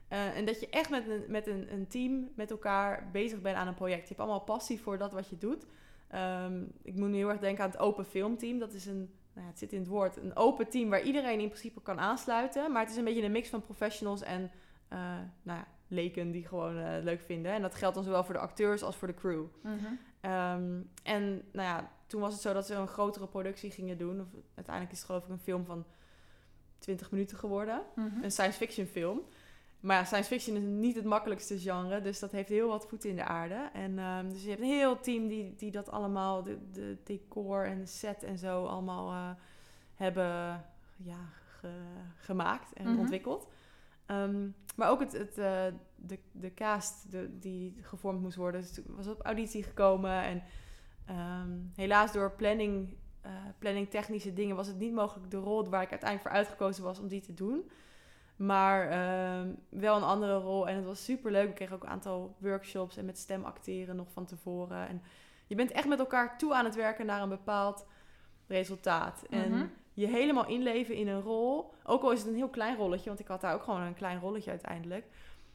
En dat je echt met een team met elkaar bezig bent aan een project. Je hebt allemaal passie voor dat wat je doet. Ik moet nu heel erg denken aan het open filmteam. Dat is het zit in het woord, een open team waar iedereen in principe kan aansluiten. Maar het is een beetje een mix van professionals en leken die gewoon leuk vinden. En dat geldt dan zowel voor de acteurs als voor de crew. Mm-hmm. Toen was het zo dat ze een grotere productie gingen doen. Uiteindelijk is het geloof ik een film van 20 minuten geworden. Mm-hmm. Een science fiction film. Maar ja, science fiction is niet het makkelijkste genre. Dus dat heeft heel wat voeten in de aarde. En dus je hebt een heel team die dat allemaal, de decor en de set en zo allemaal hebben gemaakt en ontwikkeld. Maar ook de cast die gevormd moest worden. Dus was op auditie gekomen. En helaas door planning technische dingen was het niet mogelijk de rol waar ik uiteindelijk voor uitgekozen was om die te doen. Maar wel een andere rol. En het was superleuk. We kregen ook een aantal workshops en met stemacteren nog van tevoren. En je bent echt met elkaar toe aan het werken naar een bepaald resultaat. Mm-hmm. En je helemaal inleven in een rol. Ook al is het een heel klein rolletje. Want ik had daar ook gewoon een klein rolletje uiteindelijk.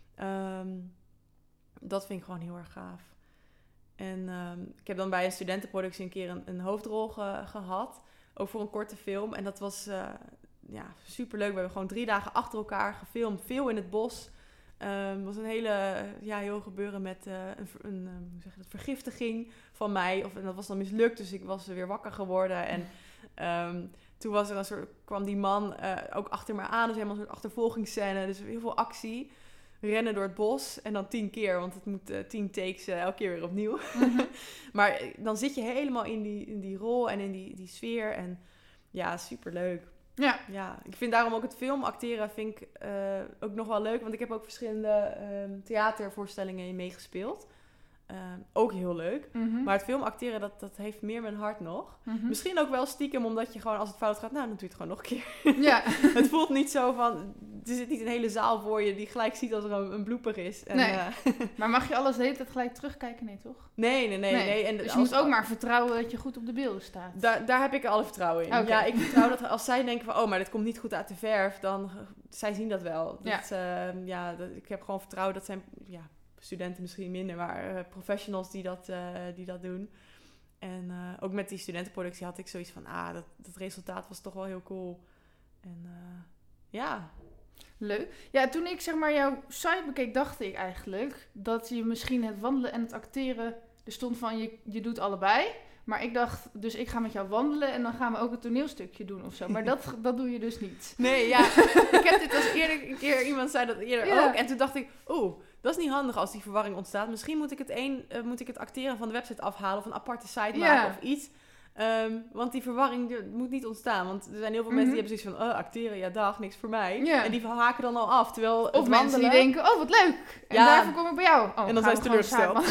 Dat vind ik gewoon heel erg gaaf. En ik heb dan bij een studentenproductie een keer een hoofdrol gehad. Ook voor een korte film. En dat was superleuk. We hebben gewoon 3 dagen achter elkaar gefilmd. Veel in het bos. Het was een heel gebeuren met vergiftiging van mij. En dat was dan mislukt. Dus ik was weer wakker geworden. En toen was er kwam die man ook achter me aan. Dus helemaal een soort achtervolgingsscène. Dus heel veel actie. Rennen door het bos. En dan 10 keer. Want het moet 10 takes elke keer weer opnieuw. Mm-hmm. Maar dan zit je helemaal in die rol en in die sfeer. En ja, superleuk. Ja, ik vind daarom ook het filmacteren vind ik ook nog wel leuk. Want ik heb ook verschillende theatervoorstellingen in meegespeeld. Ook heel leuk. Mm-hmm. Maar het filmacteren, dat heeft meer mijn hart nog. Mm-hmm. Misschien ook wel stiekem, omdat je gewoon als het fout gaat, dan doe je het gewoon nog een keer. Ja. Het voelt niet zo van, er zit niet een hele zaal voor je die gelijk ziet als er een blooper is. En, nee. Maar mag je alles de hele tijd gelijk terugkijken? Nee, toch? Nee. En dus je moet ook maar vertrouwen dat je goed op de beelden staat. Daar heb ik alle vertrouwen in. Okay. Ja, ik vertrouw dat als zij denken van, maar dit komt niet goed uit de verf, dan zij zien dat wel. Ik heb gewoon vertrouwen dat zijn... Ja, studenten misschien minder, maar professionals die dat doen. En ook met die studentenproductie had ik zoiets van, dat resultaat was toch wel heel cool. En ja. Leuk. Ja, toen ik jouw site bekeek, dacht ik eigenlijk dat je misschien het wandelen en het acteren, er stond van je doet allebei. Maar ik dacht, dus ik ga met jou wandelen en dan gaan we ook een toneelstukje doen of zo. Maar dat doe je dus niet. Nee, ja. Ik heb dit als eerder een keer, iemand zei dat eerder ook. En toen dacht ik, dat is niet handig als die verwarring ontstaat. Misschien moet ik het acteren van de website afhalen of een aparte site maken of iets. Want die verwarring moet niet ontstaan. Want er zijn heel veel mensen die hebben zoiets van, acteren, dag, niks voor mij. Ja. En die haken dan al af. Terwijl of mensen die denken, wat leuk. En daarvoor kom ik bij jou. En dan zijn ze teleurgesteld.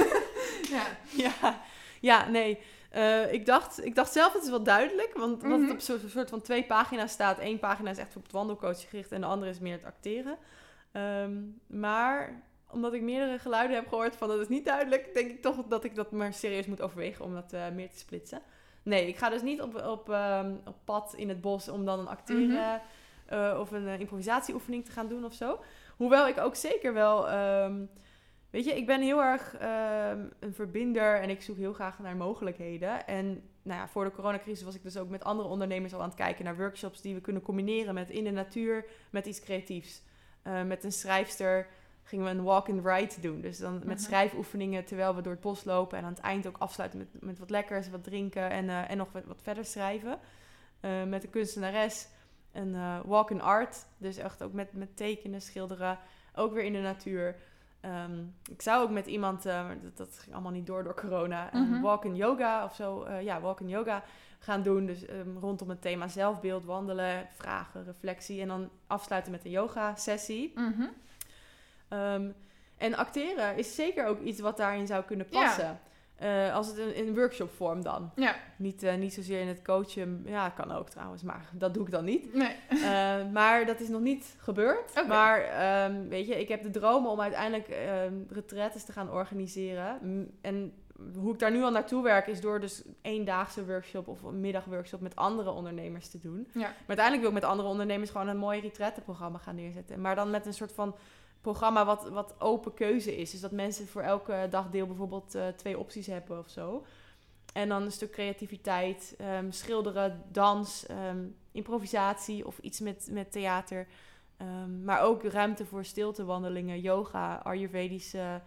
Ja, nee. Ik dacht zelf, het is wel duidelijk. Want wat het op zo'n soort van 2 pagina's staat. 1 pagina is echt op het wandelcoach gericht. En de andere is meer het acteren. Maar omdat ik meerdere geluiden heb gehoord van dat is niet duidelijk, denk ik toch dat ik dat maar serieus moet overwegen om dat meer te splitsen. Nee, ik ga dus niet op pad in het bos om dan een acteren of een improvisatieoefening te gaan doen of zo. Hoewel ik ook zeker wel... weet je, ik ben heel erg een verbinder en ik zoek heel graag naar mogelijkheden. En voor de coronacrisis was ik dus ook met andere ondernemers al aan het kijken naar workshops die we kunnen combineren met in de natuur met iets creatiefs. Met een schrijfster gingen we een walk and ride doen. Dus dan met schrijfoefeningen terwijl we door het bos lopen. En aan het eind ook afsluiten met wat lekkers, wat drinken en nog wat verder schrijven. Met een kunstenares. Een walk in art. Dus echt ook met tekenen, schilderen. Ook weer in de natuur. Ik zou ook met iemand, dat ging allemaal niet door corona, walk in yoga of zo. Walk in yoga gaan doen. Dus rondom het thema zelfbeeld, wandelen, vragen, reflectie. En dan afsluiten met een yoga sessie. Mm-hmm. En acteren is zeker ook iets wat daarin zou kunnen passen. Ja. Als het in een workshopvorm dan. Ja. Niet zozeer in het coachen. Ja, kan ook trouwens, maar dat doe ik dan niet. Nee. Maar dat is nog niet gebeurd. Okay. Maar weet je, ik heb de droom om uiteindelijk retraites te gaan organiseren. En hoe ik daar nu al naartoe werk is door dus 1-daagse workshop of een middagworkshop met andere ondernemers te doen. Ja. Maar uiteindelijk wil ik met andere ondernemers gewoon een mooi retraiteprogramma gaan neerzetten. Maar dan met een soort van programma wat open keuze is. Dus dat mensen voor elke dagdeel bijvoorbeeld 2 opties hebben of zo. En dan een stuk creativiteit, schilderen, dans, improvisatie of iets met theater. Maar ook ruimte voor stiltewandelingen, yoga, Ayurvedische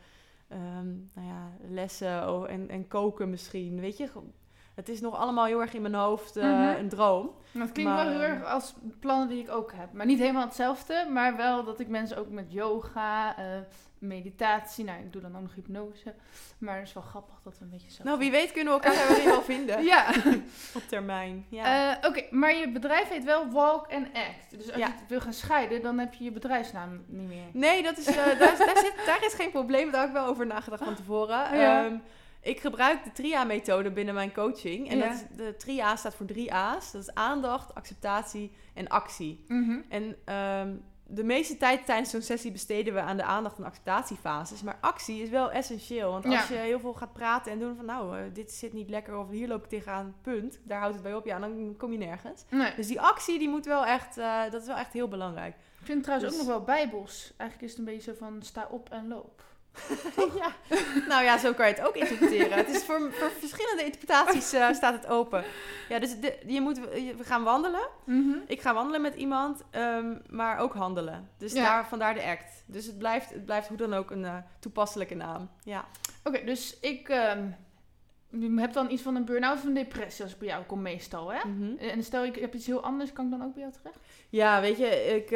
lessen en koken misschien. Weet je, het is nog allemaal heel erg in mijn hoofd een droom. Dat klinkt wel heel erg als plannen die ik ook heb. Maar niet helemaal hetzelfde, maar wel dat ik mensen ook met yoga, meditatie... Nou, ik doe dan ook nog hypnose. Maar het is wel grappig dat we een beetje zo... Nou, wie weet kunnen we elkaar daarin wel vinden. Ja. Op termijn. Ja. Oké, maar je bedrijf heet wel Walk and Act. Dus als je het wil gaan scheiden, dan heb je je bedrijfsnaam niet meer. Nee, dat is, daar is geen probleem. Daar heb ik wel over nagedacht van tevoren. Ja. Ik gebruik de TRIA-methode binnen mijn coaching. En de TRIA staat voor 3 A's. Dat is aandacht, acceptatie en actie. Mm-hmm. En de meeste tijd tijdens zo'n sessie besteden we aan de aandacht- en acceptatiefases. Maar actie is wel essentieel. Want als je heel veel gaat praten en doen van... dit zit niet lekker of hier loop ik tegenaan, punt. Daar houdt het bij op. Ja, dan kom je nergens. Nee. Dus die actie, die moet wel echt... dat is wel echt heel belangrijk. Ik vind het trouwens ook nog wel bijbels. Eigenlijk is het een beetje zo van sta op en loop. Ja. Nou ja, zo kan je het ook interpreteren. Het is voor verschillende interpretaties staat het open. Ja, dus we gaan wandelen. Mm-hmm. Ik ga wandelen met iemand, maar ook handelen. Dus vandaar de act. Dus het blijft hoe dan ook een toepasselijke naam. Ja. Oké, dus ik heb dan iets van een burn-out of een depressie als ik bij jou kom meestal, hè? Mm-hmm. En stel ik heb iets heel anders, kan ik dan ook bij jou terecht? Ja, weet je, ik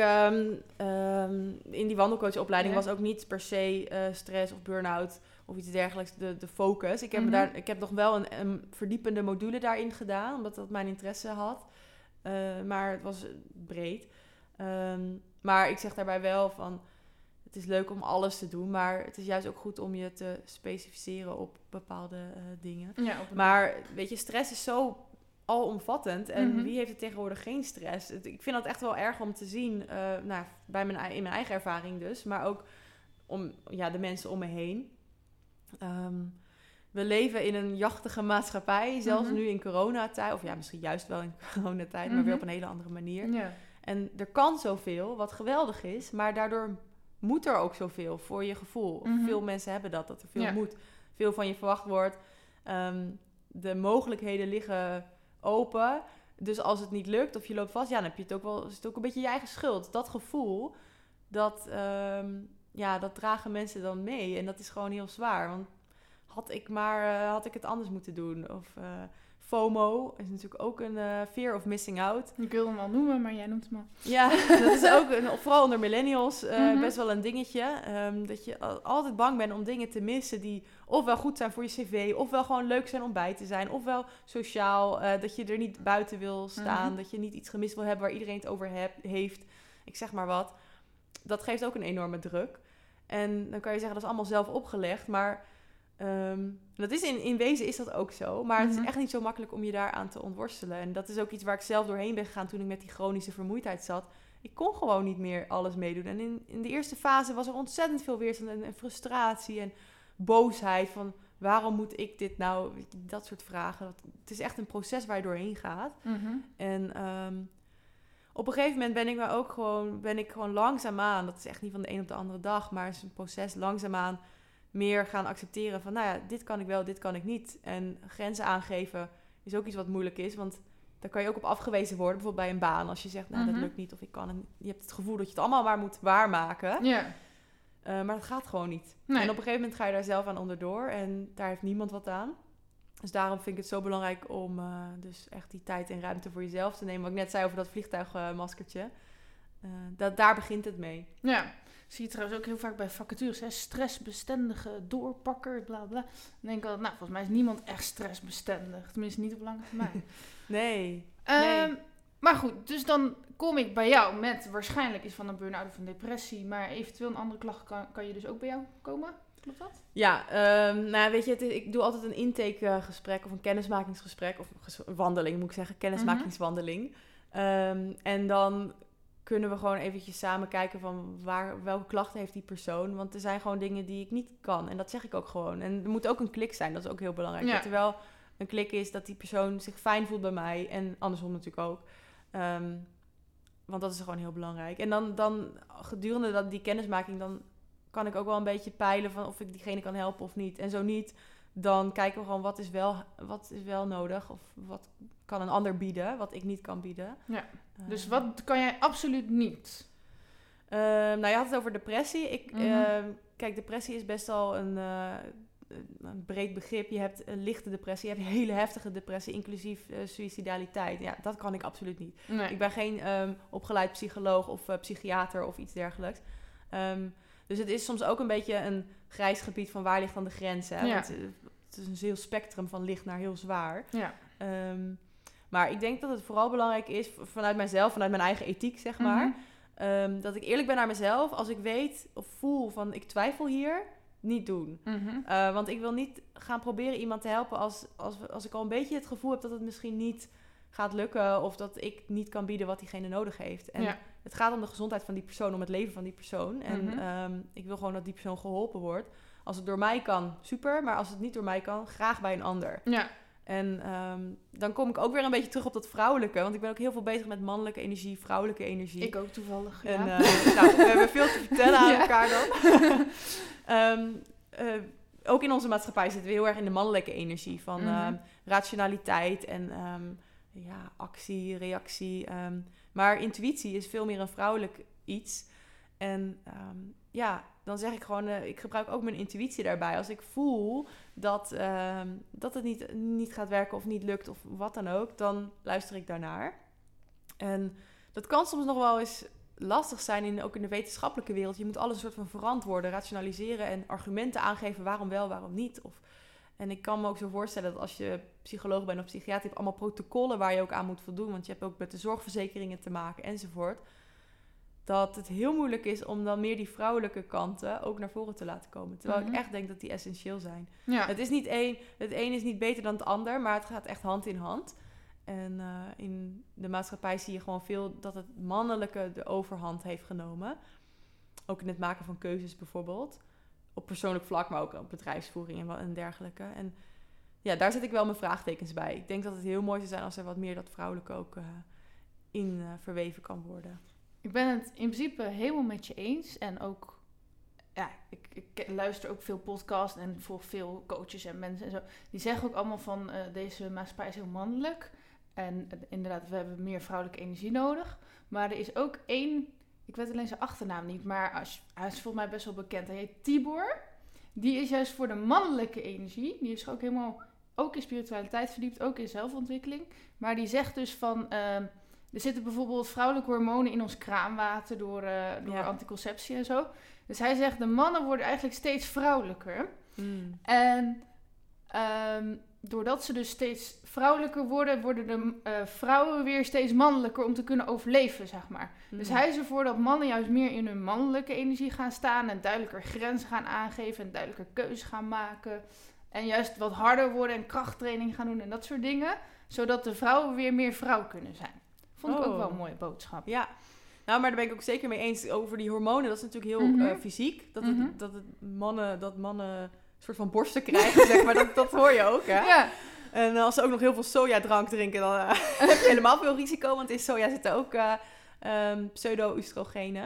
in die wandelcoachopleiding was ook niet per se stress of burn-out of iets dergelijks de focus. Ik heb nog wel een verdiepende module daarin gedaan, omdat dat mijn interesse had. Maar het was breed. Maar ik zeg daarbij wel van, het is leuk om alles te doen, maar het is juist ook goed om je te specificeren op bepaalde dingen. Ja, maar weet je, stress is zo alomvattend. En wie heeft er tegenwoordig geen stress? Ik vind dat echt wel erg om te zien, in mijn eigen ervaring dus, maar ook om de mensen om me heen. We leven in een jachtige maatschappij, zelfs nu in coronatijd, of misschien juist wel in coronatijd, maar weer op een hele andere manier. Ja. En er kan zoveel, wat geweldig is, maar daardoor moet er ook zoveel voor je gevoel. Veel mensen hebben dat er veel moet, veel van je verwacht wordt. De mogelijkheden liggen open. Dus als het niet lukt of je loopt vast, dan heb je het ook wel, is het ook een beetje je eigen schuld. Dat gevoel, dat dragen mensen dan mee. En dat is gewoon heel zwaar. Want had ik het anders moeten doen? Of FOMO is natuurlijk ook een fear of missing out. Ik wil hem al noemen, maar jij noemt hem al. Ja, dat is ook vooral onder millennials best wel een dingetje. Dat je altijd bang bent om dingen te missen die ofwel goed zijn voor je cv, ofwel gewoon leuk zijn om bij te zijn, ofwel sociaal, dat je er niet buiten wil staan, dat je niet iets gemist wil hebben waar iedereen het over heeft. Ik zeg maar wat. Dat geeft ook een enorme druk. En dan kan je zeggen, dat is allemaal zelf opgelegd, maar dat is in wezen is dat ook zo. Maar het is echt niet zo makkelijk om je daaraan te ontworstelen. En dat is ook iets waar ik zelf doorheen ben gegaan toen ik met die chronische vermoeidheid zat. Ik kon gewoon niet meer alles meedoen. En in de eerste fase was er ontzettend veel weerstand en frustratie en boosheid van waarom moet ik dit nou? Dat soort vragen. Het is echt een proces waar je doorheen gaat. En op een gegeven moment ben ik gewoon langzaamaan, dat is echt niet van de een op de andere dag, maar het is een proces langzaamaan meer gaan accepteren van, dit kan ik wel, dit kan ik niet. En grenzen aangeven is ook iets wat moeilijk is, want daar kan je ook op afgewezen worden. Bijvoorbeeld bij een baan, als je zegt, dat lukt niet of ik kan. En je hebt het gevoel dat je het allemaal maar moet waarmaken. Ja. Maar dat gaat gewoon niet. Nee. En op een gegeven moment ga je daar zelf aan onderdoor en daar heeft niemand wat aan. Dus daarom vind ik het zo belangrijk om dus echt die tijd en ruimte voor jezelf te nemen. Wat ik net zei over dat vliegtuigmaskertje. Daar begint het mee. Ja. Zie je trouwens ook heel vaak bij vacatures, hè? Stressbestendige doorpakker, bla bla. Dan denk ik altijd, volgens mij is niemand echt stressbestendig. Tenminste, niet op lange termijn. Nee. Maar goed, dus dan kom ik bij jou met waarschijnlijk iets van een burn-out of een depressie, maar eventueel een andere klacht kan je dus ook bij jou komen. Klopt dat? Ja, weet je, ik doe altijd een intakegesprek of een kennismakingsgesprek, of een wandeling moet ik zeggen, kennismakingswandeling. En dan kunnen we gewoon eventjes samen kijken van welke klachten heeft die persoon. Want er zijn gewoon dingen die ik niet kan. En dat zeg ik ook gewoon. En er moet ook een klik zijn, dat is ook heel belangrijk. Ja. Dat er wel een klik is dat die persoon zich fijn voelt bij mij. En andersom natuurlijk ook. Want dat is gewoon heel belangrijk. En dan gedurende die kennismaking, dan kan ik ook wel een beetje peilen van of ik diegene kan helpen of niet. En zo niet, dan kijken we gewoon wat is wel nodig. Of wat kan een ander bieden, wat ik niet kan bieden. Ja. Dus wat kan jij absoluut niet? Je had het over depressie. Kijk, depressie is best wel een breed begrip. Je hebt een lichte depressie, je hebt een hele heftige depressie, inclusief suïcidaliteit. Ja, dat kan ik absoluut niet. Nee. Ik ben geen opgeleid psycholoog of psychiater of iets dergelijks. Dus het is soms ook een beetje een grijs gebied van waar ligt dan de grens. Hè? Ja. Want, het is een heel spectrum van licht naar heel zwaar. Ja. Maar ik denk dat het vooral belangrijk is, vanuit mijzelf, vanuit mijn eigen ethiek, zeg maar... dat ik eerlijk ben naar mezelf. Als ik weet of voel van ik twijfel hier, niet doen. Want ik wil niet gaan proberen iemand te helpen als ik al een beetje het gevoel heb dat het misschien niet gaat lukken of dat ik niet kan bieden wat diegene nodig heeft. En het gaat om de gezondheid van die persoon, om het leven van die persoon. En ik wil gewoon dat die persoon geholpen wordt. Als het door mij kan, super. Maar als het niet door mij kan, graag bij een ander. Ja. En dan kom ik ook weer een beetje terug op dat vrouwelijke. Want ik ben ook heel veel bezig met mannelijke energie, vrouwelijke energie. Ik ook toevallig, En, we hebben veel te vertellen aan elkaar dan. Ook in onze maatschappij zitten we heel erg in de mannelijke energie. Van rationaliteit en actie, reactie. Maar intuïtie is veel meer een vrouwelijk iets. En dan zeg ik gewoon, ik gebruik ook mijn intuïtie daarbij. Als ik voel dat het niet gaat werken of niet lukt of wat dan ook, dan luister ik daarnaar. En dat kan soms nog wel eens lastig zijn, ook in de wetenschappelijke wereld. Je moet alles een soort van verantwoorden, rationaliseren en argumenten aangeven waarom wel, waarom niet. En ik kan me ook zo voorstellen dat als je psycholoog bent of psychiater, je hebt allemaal protocollen waar je ook aan moet voldoen. Want je hebt ook met de zorgverzekeringen te maken enzovoort. Dat het heel moeilijk is om dan meer die vrouwelijke kanten ook naar voren te laten komen. Terwijl ik echt denk dat die essentieel zijn. Ja. Het een is niet beter dan het ander, maar het gaat echt hand in hand. En in de maatschappij zie je gewoon veel dat het mannelijke de overhand heeft genomen. Ook in het maken van keuzes bijvoorbeeld. Op persoonlijk vlak, maar ook op bedrijfsvoering en dergelijke. En ja, daar zet ik wel mijn vraagtekens bij. Ik denk dat het heel mooi zou zijn als er wat meer dat vrouwelijke ook in verweven kan worden. Ik ben het in principe helemaal met je eens. En ook, ik luister ook veel podcasts en volg veel coaches en mensen en zo. Die zeggen ook allemaal van, deze maatschappij is heel mannelijk. En inderdaad, we hebben meer vrouwelijke energie nodig. Maar er is ook één, ik weet alleen zijn achternaam niet, maar hij is volgens mij best wel bekend. Hij heet Tibor. Die is juist voor de mannelijke energie. Die is ook helemaal, ook in spiritualiteit verdiept, ook in zelfontwikkeling. Maar die zegt dus van, er zitten bijvoorbeeld vrouwelijke hormonen in ons kraanwater door anticonceptie en zo. Dus hij zegt, de mannen worden eigenlijk steeds vrouwelijker. En doordat ze dus steeds vrouwelijker worden de vrouwen weer steeds mannelijker om te kunnen overleven, zeg maar. Dus hij is ervoor dat mannen juist meer in hun mannelijke energie gaan staan en duidelijker grenzen gaan aangeven en duidelijker keuzes gaan maken. En juist wat harder worden en krachttraining gaan doen en dat soort dingen. Zodat de vrouwen weer meer vrouw kunnen zijn. Vond ik ook wel een mooie boodschap. Ja, nou, maar daar ben ik ook zeker mee eens over die hormonen. Dat is natuurlijk heel fysiek. Dat mannen een soort van borsten krijgen, zeg maar. Dat hoor je ook, hè? Ja. En als ze ook nog heel veel sojadrank drinken, dan heb je helemaal veel risico. Want in soja zitten ook pseudo-oestrogenen.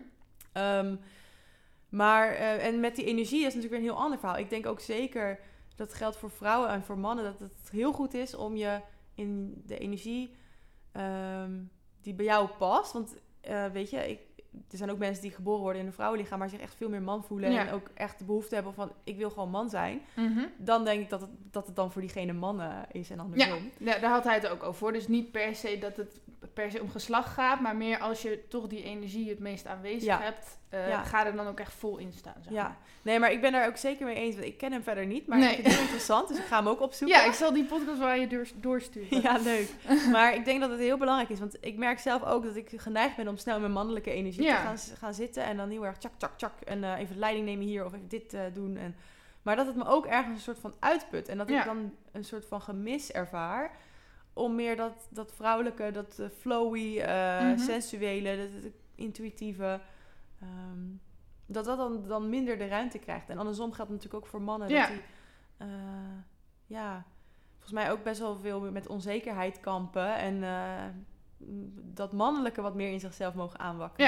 En met die energie is natuurlijk weer een heel ander verhaal. Ik denk ook zeker, dat geldt voor vrouwen en voor mannen, dat het heel goed is om je in de energie die bij jou past. Want weet je, er zijn ook mensen die geboren worden in een vrouwenlichaam, maar zich echt veel meer man voelen en ook echt de behoefte hebben van, ik wil gewoon man zijn. Dan denk ik dat het dan voor diegene mannen is en andersom. Ja, daar had hij het ook over voor. Dus niet per se dat het per se om geslacht gaat, maar meer als je toch die energie het meest aanwezig hebt, ga er dan ook echt vol in staan. Zeg maar. Nee, maar ik ben daar ook zeker mee eens. Want ik ken hem verder niet, maar ik vind het heel interessant. Dus ik ga hem ook opzoeken. Ja, ik zal die podcast waar je doorsturen. Ja, leuk. Maar ik denk dat het heel belangrijk is. Want ik merk zelf ook dat ik geneigd ben om snel in mijn mannelijke energie te gaan zitten. En dan heel erg tjak. En even leiding nemen hier of even dit doen. Maar dat het me ook ergens een soort van uitput. En dat ik dan een soort van gemis ervaar. Om meer dat vrouwelijke, dat flowy, sensuele, dat intuïtieve, dat dan minder de ruimte krijgt. En andersom geldt natuurlijk ook voor mannen. Ja. Dat die, volgens mij ook best wel veel met onzekerheid kampen. En dat mannelijke wat meer in zichzelf mogen aanwakkeren. Ja,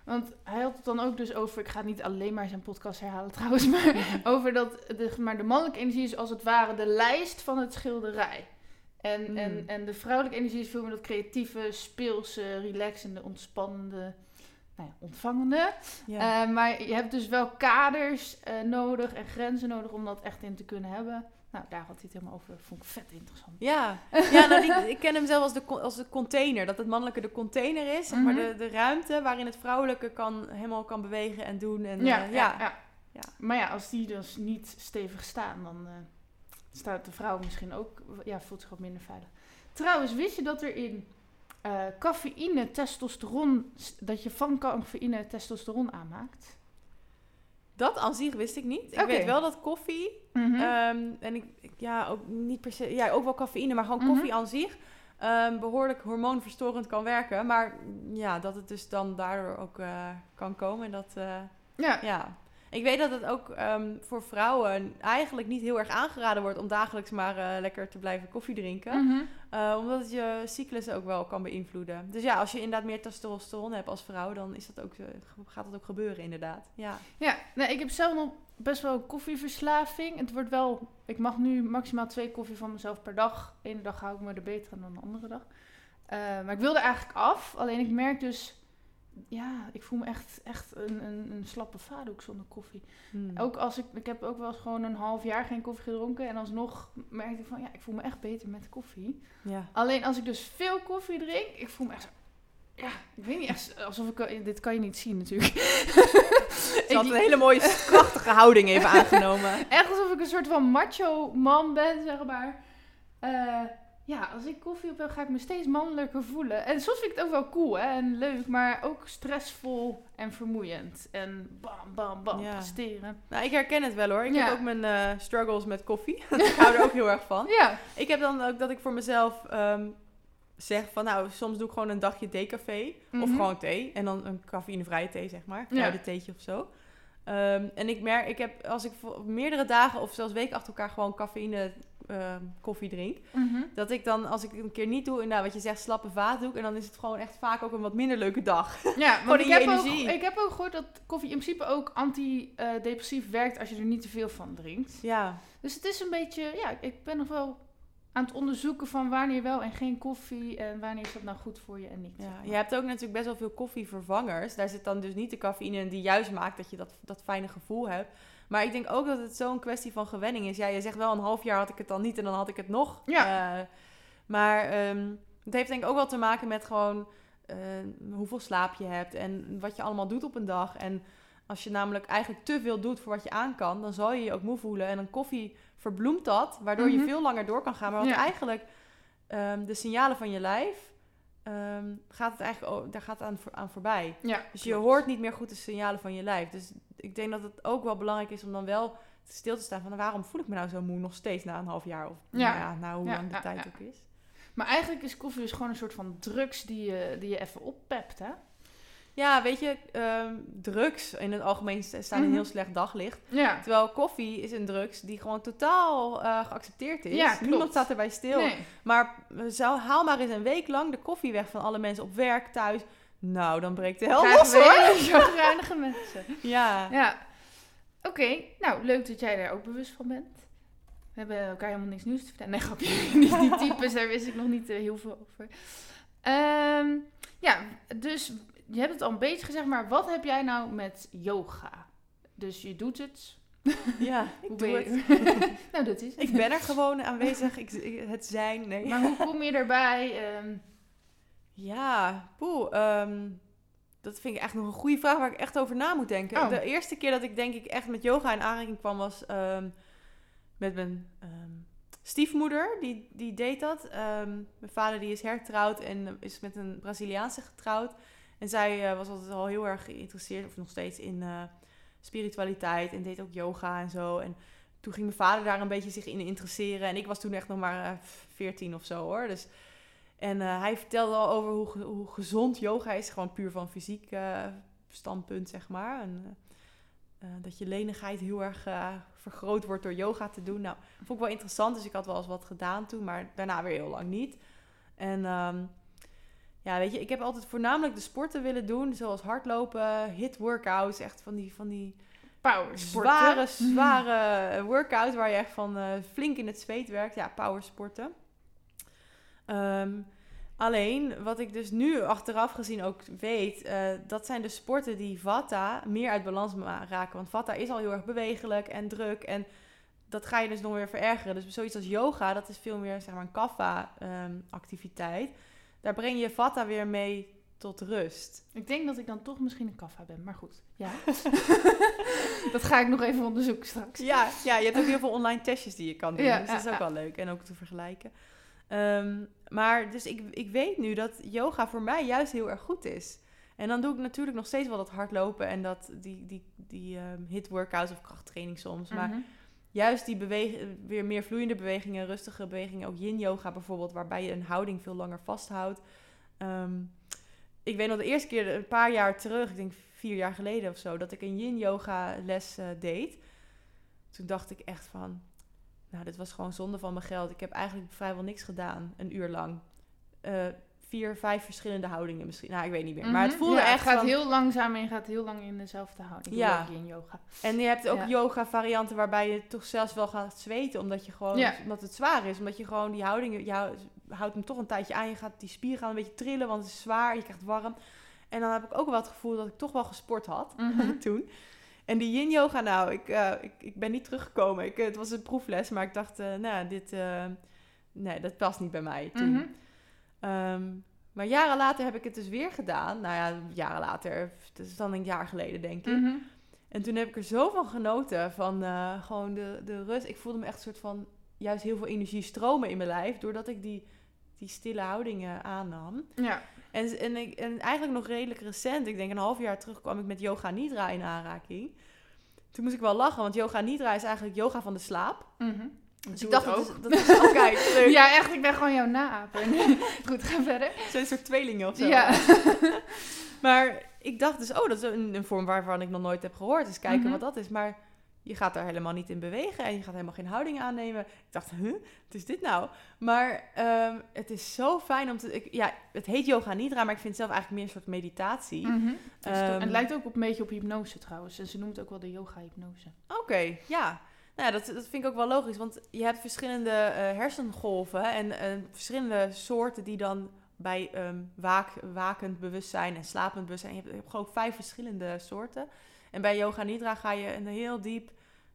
Want hij had het dan ook dus over, ik ga niet alleen maar zijn podcast herhalen trouwens, maar over dat de mannelijke energie is als het ware de lijst van het schilderij. En de vrouwelijke energie is veel meer dat creatieve, speelse, relaxende, ontspannende, ontvangende. Ja. Maar je hebt dus wel kaders nodig en grenzen nodig om dat echt in te kunnen hebben. Nou, daar had hij het helemaal over. Vond ik vet interessant. Ja, ik ken hem zelf als de container. Dat het mannelijke de container is. Zeg maar de ruimte waarin het vrouwelijke helemaal kan bewegen en doen. En, ja. Maar ja, als die dus niet stevig staan, dan staat de vrouw misschien ook... Ja, voelt zich wat minder veilig. Trouwens, wist je dat er in cafeïne testosteron... Dat je van cafeïne testosteron aanmaakt? Dat aan zich wist ik niet. Ik weet wel dat koffie... en ook niet per se... Ja, ook wel cafeïne, maar gewoon koffie aan zich... behoorlijk hormoonverstorend kan werken. Maar ja, dat het dus dan daardoor ook kan komen. Dat, ja. Ik weet dat het ook voor vrouwen eigenlijk niet heel erg aangeraden wordt... om dagelijks maar lekker te blijven koffie drinken. Omdat het je cyclus ook wel kan beïnvloeden. Dus ja, als je inderdaad meer testosteron hebt als vrouw... dan is dat ook, gaat dat ook gebeuren inderdaad. Ja, ik heb zelf nog best wel een koffieverslaving. Het wordt wel... Ik mag nu maximaal 2 koffie van mezelf per dag. Eén dag hou ik me er beter aan dan de andere dag. Maar ik wilde eigenlijk af. Alleen ik merk dus... Ja, ik voel me echt een slappe vadoek zonder koffie. Ook als ik heb ook wel eens gewoon een half jaar geen koffie gedronken. En alsnog merkte ik van, ik voel me echt beter met koffie. Ja. Alleen als ik dus veel koffie drink, ik voel me echt zo... Ja, ik weet niet echt, alsof ik... Dit kan je niet zien natuurlijk. Ze had een hele mooie, krachtige houding even aangenomen. Echt alsof ik een soort van macho man ben, zeg maar. Als ik koffie op heb, ga ik me steeds mannelijker voelen. En soms vind ik het ook wel cool en leuk, maar ook stressvol en vermoeiend. En bam, presteren. Nou, ik herken het wel hoor. Ik heb ook mijn struggles met koffie. Ik hou er ook heel erg van. Ja. Ik heb dan ook dat ik voor mezelf zeg van, soms doe ik gewoon een dagje decafé. Of gewoon thee. En dan een cafeïnevrije thee, zeg maar. Een theetje of zo. En ik heb, als ik voor meerdere dagen of zelfs weken achter elkaar gewoon cafeïne koffie drink. Dat ik dan, als ik een keer niet doe, wat je zegt, slappe vaat doe. En dan is het gewoon echt vaak ook een wat minder leuke dag. Ja, want ik heb ook gehoord dat koffie in principe ook antidepressief werkt als je er niet te veel van drinkt. Ja. Dus het is een beetje, ik ben nog wel aan het onderzoeken van wanneer wel en geen koffie en wanneer is dat nou goed voor je en niet. Ja, je hebt ook natuurlijk best wel veel koffievervangers. Daar zit dan dus niet de cafeïne in die juist maakt dat je dat fijne gevoel hebt. Maar ik denk ook dat het zo'n kwestie van gewenning is. Ja, je zegt wel een half jaar had ik het dan niet en dan had ik het nog. Ja. Maar het heeft denk ik ook wel te maken met gewoon hoeveel slaap je hebt en wat je allemaal doet op een dag. En als je namelijk eigenlijk te veel doet voor wat je aan kan, dan zal je je ook moe voelen. En een koffie verbloemt dat, waardoor je veel langer door kan gaan. Maar wat eigenlijk de signalen van je lijf, gaat het eigenlijk daar gaat het aan voorbij. Ja, dus je hoort niet meer goed de signalen van je lijf. Dus ik denk dat het ook wel belangrijk is om dan wel stil te staan van waarom voel ik me nou zo moe nog steeds na een half jaar of na hoe lang de tijd ook is. Maar eigenlijk is koffie dus gewoon een soort van drugs die je even oppept, hè? Ja, weet je, drugs in het algemeen staan in heel slecht daglicht. Ja. Terwijl koffie is een drugs die gewoon totaal geaccepteerd is. Ja, niemand staat erbij stil. Nee. Maar haal maar eens een week lang de koffie weg van alle mensen op werk, thuis. Nou, dan breekt de hel los hoor. Chagrijnige mensen. Ja. Oké, nou leuk dat jij daar ook bewust van bent. We hebben elkaar helemaal niks nieuws te vertellen. Nee, grapje. Die types, daar wist ik nog niet heel veel over. Dus je hebt het al een beetje gezegd, maar wat heb jij nou met yoga? Dus je doet het. Ja, ik doe het. Nou, dat is het. Ik ben er gewoon aanwezig. Het zijn, nee. Maar hoe kom je erbij? Dat vind ik echt nog een goede vraag waar ik echt over na moet denken. Oh. De eerste keer dat ik denk ik echt met yoga in aanraking kwam was met mijn stiefmoeder. Die deed dat. Mijn vader die is hertrouwd en is met een Braziliaanse getrouwd. En zij was altijd al heel erg geïnteresseerd, of nog steeds, in spiritualiteit. En deed ook yoga en zo. En toen ging mijn vader daar een beetje zich in interesseren. En ik was toen echt nog maar 14 of zo hoor. Dus... En hij vertelde al over hoe gezond yoga is. Gewoon puur van fysiek standpunt, zeg maar. En, dat je lenigheid heel erg vergroot wordt door yoga te doen. Nou, vond ik wel interessant. Dus ik had wel eens wat gedaan toen. Maar daarna weer heel lang niet. En ja, weet je, ik heb altijd voornamelijk de sporten willen doen. Zoals hardlopen, HIIT workouts. Echt van die Powersporten. zware workouts waar je echt van flink in het zweet werkt. Ja, powersporten. Alleen, wat ik dus nu achteraf gezien ook weet, dat zijn de sporten die Vata meer uit balans raken. Want Vata is al heel erg bewegelijk en druk en dat ga je dus nog weer verergeren. Dus zoiets als yoga, dat is veel meer zeg maar een kapha-activiteit. Daar breng je Vata weer mee tot rust. Ik denk dat ik dan toch misschien een kapha ben, maar goed. Ja. Dat ga ik nog even onderzoeken straks. Ja, je hebt ook heel veel online testjes die je kan doen. Ja, dus dat is ook wel leuk en ook te vergelijken. Maar dus ik weet nu dat yoga voor mij juist heel erg goed is. En dan doe ik natuurlijk nog steeds wel dat hardlopen en dat die HIIT workouts of krachttraining soms. Maar juist die weer meer vloeiende bewegingen, rustige bewegingen, ook yin yoga bijvoorbeeld, waarbij je een houding veel langer vasthoudt. Ik weet nog de eerste keer, een paar jaar terug, ik denk 4 jaar geleden of zo, dat ik een yin yoga les deed. Toen dacht ik echt van, nou, dit was gewoon zonde van mijn geld. Ik heb eigenlijk vrijwel niks gedaan, een uur lang. 4, 5 verschillende houdingen misschien. Nou, ik weet niet meer. Maar het voelde echt Het gaat van, heel langzaam en je gaat heel lang in dezelfde houding. Ja. In yoga. En je hebt ook yoga varianten waarbij je toch zelfs wel gaat zweten. Omdat je gewoon, omdat het zwaar is. Omdat je gewoon die houdingen, je houdt hem toch een tijdje aan. Je gaat die spieren gaan een beetje trillen, want het is zwaar. Je krijgt warm. En dan heb ik ook wel het gevoel dat ik toch wel gesport had toen. En die yin yoga, nou, ik ben niet teruggekomen. Het was een proefles, maar ik dacht, nee, dat past niet bij mij toen. Maar jaren later heb ik het dus weer gedaan. Nou ja, jaren later. Het is dan een jaar geleden, denk ik. En toen heb ik er zo van genoten. Van gewoon de rust. Ik voelde me echt een soort van juist heel veel energie stromen in mijn lijf. Doordat ik die stille houdingen aannam. Ja. En eigenlijk nog redelijk recent. Ik denk een half jaar terug kwam ik met Yoga Nidra in aanraking. Toen moest ik wel lachen. Want Yoga Nidra is eigenlijk yoga van de slaap. Dus ik dacht, dat is ook leuk. Ja, echt, ik ben gewoon jouw naapen. Goed, ga verder. Zijn een soort tweelingen of zo. Ja. Maar ik dacht dus, dat is een vorm waarvan ik nog nooit heb gehoord. Dus kijken wat dat is. Maar je gaat daar helemaal niet in bewegen en je gaat helemaal geen houding aannemen. Ik dacht, wat is dit nou? Maar het is zo fijn om te... het heet Yoga Nidra, maar ik vind het zelf eigenlijk meer een soort meditatie. En het lijkt ook een beetje op hypnose trouwens. En ze noemt het ook wel de yoga-hypnose. Oké, ja. Nou ja, dat vind ik ook wel logisch, want je hebt verschillende hersengolven en verschillende soorten die dan bij wakend bewustzijn en slapend bewustzijn, je hebt gewoon 5 verschillende soorten. En bij Yoga Nidra ga je een heel diep,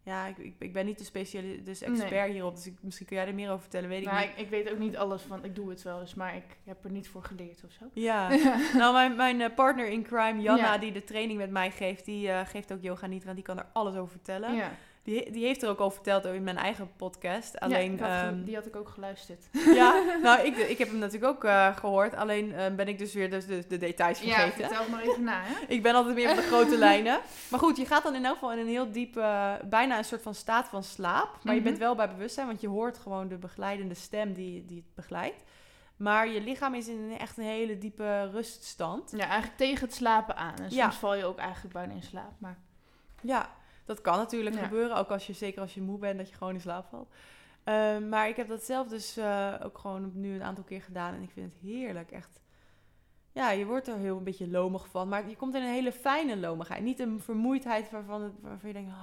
ik ben niet de specialist, expert hierop, dus misschien kun jij er meer over vertellen, weet ik niet. Ik weet ook niet alles van, ik doe het wel eens, maar ik heb er niet voor geleerd of zo. Ja, nou mijn partner in crime, Janna, die de training met mij geeft, die geeft ook Yoga Nidra, die kan er alles over vertellen. Ja. Die heeft er ook over verteld in mijn eigen podcast. Alleen, die had ik ook geluisterd. Ja, nou, ik heb hem natuurlijk ook gehoord. Alleen ben ik dus weer de details vergeten. Ja, vertel het maar even na, hè? Ik ben altijd meer op de grote lijnen. Maar goed, je gaat dan in elk geval in een heel diep, bijna een soort van staat van slaap. Maar je bent wel bij bewustzijn, want je hoort gewoon de begeleidende stem die het begeleidt. Maar je lichaam is in echt een hele diepe ruststand. Ja, eigenlijk tegen het slapen aan. En soms val je ook eigenlijk bijna in slaap, maar... Ja, dat kan natuurlijk gebeuren. Ook zeker als je moe bent, dat je gewoon in slaap valt. Maar ik heb dat zelf dus ook gewoon nu een aantal keer gedaan. En ik vind het heerlijk. Echt. Ja, je wordt er heel een beetje lomig van. Maar je komt in een hele fijne lomigheid. Niet een vermoeidheid waarvan je denkt...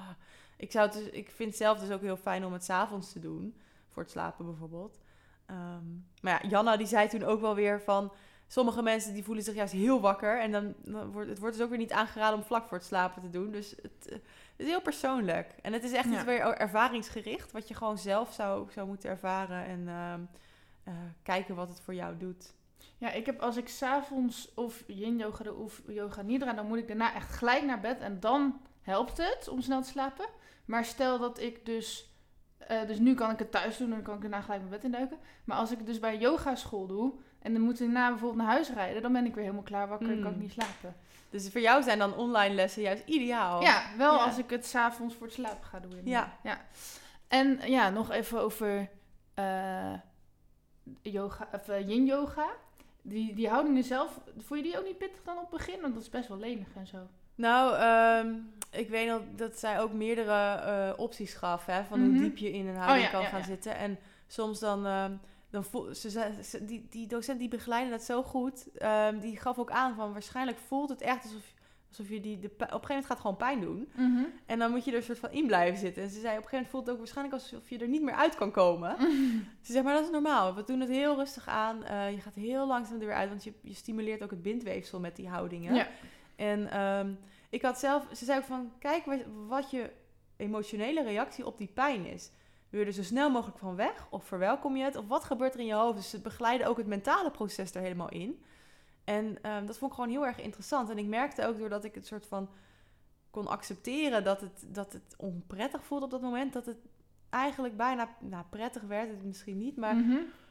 ik vind het zelf dus ook heel fijn om het 's avonds te doen. Voor het slapen bijvoorbeeld. Maar ja, Janna die zei toen ook wel weer van... Sommige mensen die voelen zich juist heel wakker. En dan wordt het dus ook weer niet aangeraden om vlak voor het slapen te doen. Dus het is heel persoonlijk. En het is echt iets weer ervaringsgericht. Wat je gewoon zelf zou moeten ervaren. En kijken wat het voor jou doet. Ja, ik heb als ik 's avonds of yin yoga doe of yoga nidra... dan moet ik daarna echt gelijk naar bed. En dan helpt het om snel te slapen. Maar stel dat ik dus nu kan ik het thuis doen en dan kan ik daarna gelijk mijn bed induiken. Maar als ik het dus bij een yogaschool doe... en dan moet ik daarna bijvoorbeeld naar huis rijden... dan ben ik weer helemaal klaar wakker en kan ik niet slapen. Dus voor jou zijn dan online lessen juist ideaal. Ja, wel als ik het 's avonds voor het slapen ga doen. Ja. En nog even over yoga, of yin yoga. Die houdingen zelf, vond je die ook niet pittig dan op het begin? Want dat is best wel lenig en zo. Nou, ik weet nog dat zij ook meerdere opties gaf. Hè, van hoe diep je in een houding kan gaan zitten. En soms dan Die docent die begeleidde dat zo goed. Die gaf ook aan van waarschijnlijk voelt het echt alsof je op een gegeven moment gaat gewoon pijn doen. Mhm. En dan moet je er een soort van in blijven zitten. En ze zei op een gegeven moment voelt het ook waarschijnlijk alsof je er niet meer uit kan komen. Ze zei, maar dat is normaal. We doen het heel rustig aan. Je gaat heel langzaam er weer uit, want je stimuleert ook het bindweefsel met die houdingen. Ja. En ik had zelf, ze zei ook van, kijk wat je emotionele reactie op die pijn is. Wil je er zo snel mogelijk van weg? Of verwelkom je het? Of wat gebeurt er in je hoofd? Dus ze begeleiden ook het mentale proces er helemaal in. En dat vond ik gewoon heel erg interessant. En ik merkte ook, doordat ik het soort van kon accepteren dat het onprettig voelde op dat moment, dat het eigenlijk bijna prettig werd. Het misschien niet, maar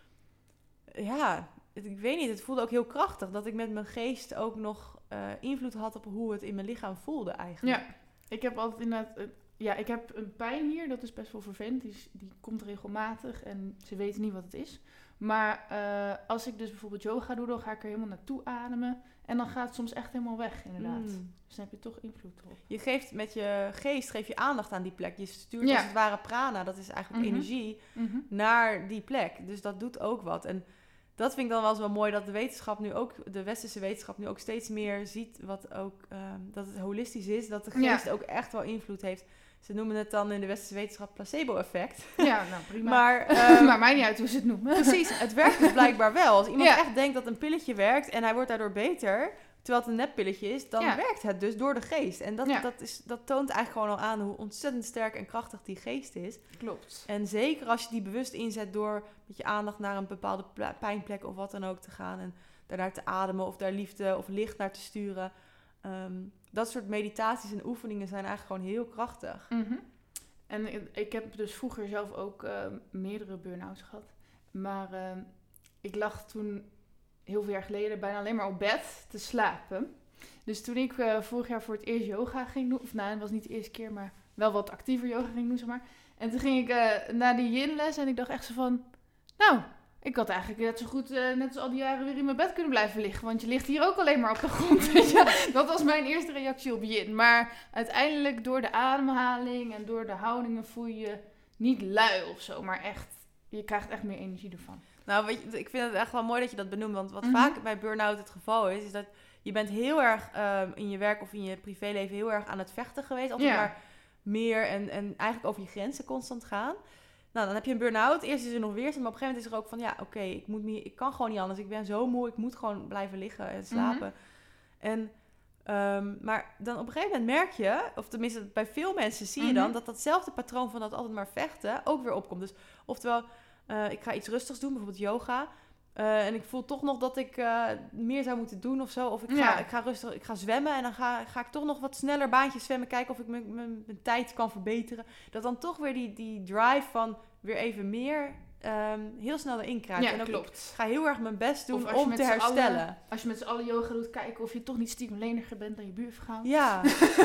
ik weet niet. Het voelde ook heel krachtig. Dat ik met mijn geest ook nog invloed had op hoe het in mijn lichaam voelde eigenlijk. Ja, ik heb altijd inderdaad... ik heb een pijn hier, dat is best wel vervelend. Die komt regelmatig en ze weten niet wat het is. Maar als ik dus bijvoorbeeld yoga doe, dan ga ik er helemaal naartoe ademen. En dan gaat het soms echt helemaal weg, inderdaad. Dus dan heb je toch invloed erop. Je geeft met je geest geef je aandacht aan die plek. Je stuurt als het ware prana, dat is eigenlijk energie, naar die plek. Dus dat doet ook wat. En dat vind ik dan wel eens wel mooi, dat de westerse wetenschap nu ook steeds meer ziet dat het holistisch is. Dat de geest ook echt wel invloed heeft. Ze noemen het dan in de westerse wetenschap placebo-effect. Ja, nou prima. Maar mij niet uit hoe ze het noemen. Precies, het werkt dus blijkbaar wel. Als iemand echt denkt dat een pilletje werkt en hij wordt daardoor beter, terwijl het een neppilletje is, dan werkt het dus door de geest. En dat toont eigenlijk gewoon al aan hoe ontzettend sterk en krachtig die geest is. Klopt. En zeker als je die bewust inzet door met je aandacht naar een bepaalde pijnplek of wat dan ook te gaan en daarnaar te ademen of daar liefde of licht naar te sturen. Dat soort meditaties en oefeningen zijn eigenlijk gewoon heel krachtig. Mm-hmm. En ik heb dus vroeger zelf ook meerdere burn-outs gehad. Maar ik lag toen heel veel jaar geleden bijna alleen maar op bed te slapen. Dus toen ik vorig jaar voor het eerst yoga ging doen, of het was niet de eerste keer, maar wel wat actiever yoga ging doen, zeg maar. En toen ging ik naar die yin-les en ik dacht echt zo van, nou, ik had eigenlijk net zo goed, net als al die jaren, weer in mijn bed kunnen blijven liggen. Want je ligt hier ook alleen maar op de grond. Dat was mijn eerste reactie op yin. Maar uiteindelijk door de ademhaling en door de houdingen voel je niet lui of zo. Maar echt, je krijgt echt meer energie ervan. Nou, ik vind het echt wel mooi dat je dat benoemt. Want wat vaak bij burn-out het geval is dat je bent heel erg in je werk of in je privéleven heel erg aan het vechten geweest. Altijd maar meer en eigenlijk over je grenzen constant gaan. Nou, dan heb je een burn-out. Eerst is er nog weerstand, maar op een gegeven moment is er ook van... ik kan gewoon niet anders. Ik ben zo moe, ik moet gewoon blijven liggen en slapen. En, maar dan op een gegeven moment merk je... of tenminste bij veel mensen zie je dan... datzelfde patroon van dat altijd maar vechten ook weer opkomt. Dus oftewel, ik ga iets rustigs doen, bijvoorbeeld yoga... en ik voel toch nog dat ik meer zou moeten doen of zo. Of ik ga rustig, ik ga zwemmen en dan ga ik toch nog wat sneller baantjes zwemmen. Kijken of ik mijn tijd kan verbeteren. Dat dan toch weer die drive van weer even meer heel snel erin krijgt. Ja, en ook klopt. Ik ga heel erg mijn best doen om te herstellen. Als je met z'n allen yoga doet, kijken of je toch niet stiekem leniger bent dan je buurvrouw. Ja,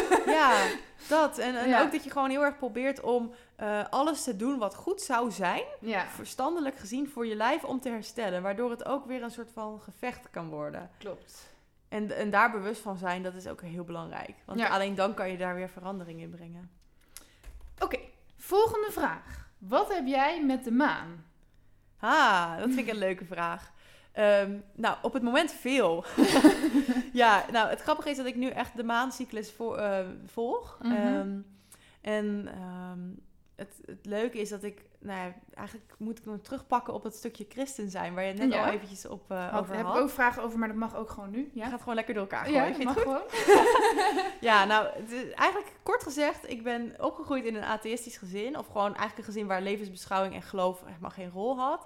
dat. En ook dat je gewoon heel erg probeert om alles te doen wat goed zou zijn. Ja. Verstandelijk gezien voor je lijf om te herstellen. Waardoor het ook weer een soort van gevecht kan worden. Klopt. En daar bewust van zijn, dat is ook heel belangrijk. Want alleen dan kan je daar weer verandering in brengen. Oké, volgende vraag. Wat heb jij met de maan? Dat vind ik een leuke vraag. Nou, op het moment veel. Nou, het grappige is dat ik nu echt de maancyclus volg. Het leuke is dat ik... eigenlijk moet ik nog terugpakken op het stukje christen zijn... waar je net al eventjes over had. Daar heb ik ook vragen over, maar dat mag ook gewoon nu. Ja? Je gaat gewoon lekker door elkaar gooien. Ja, dat mag gewoon. Eigenlijk kort gezegd... ik ben opgegroeid in een atheïstisch gezin... of gewoon eigenlijk een gezin waar levensbeschouwing en geloof... helemaal geen rol had.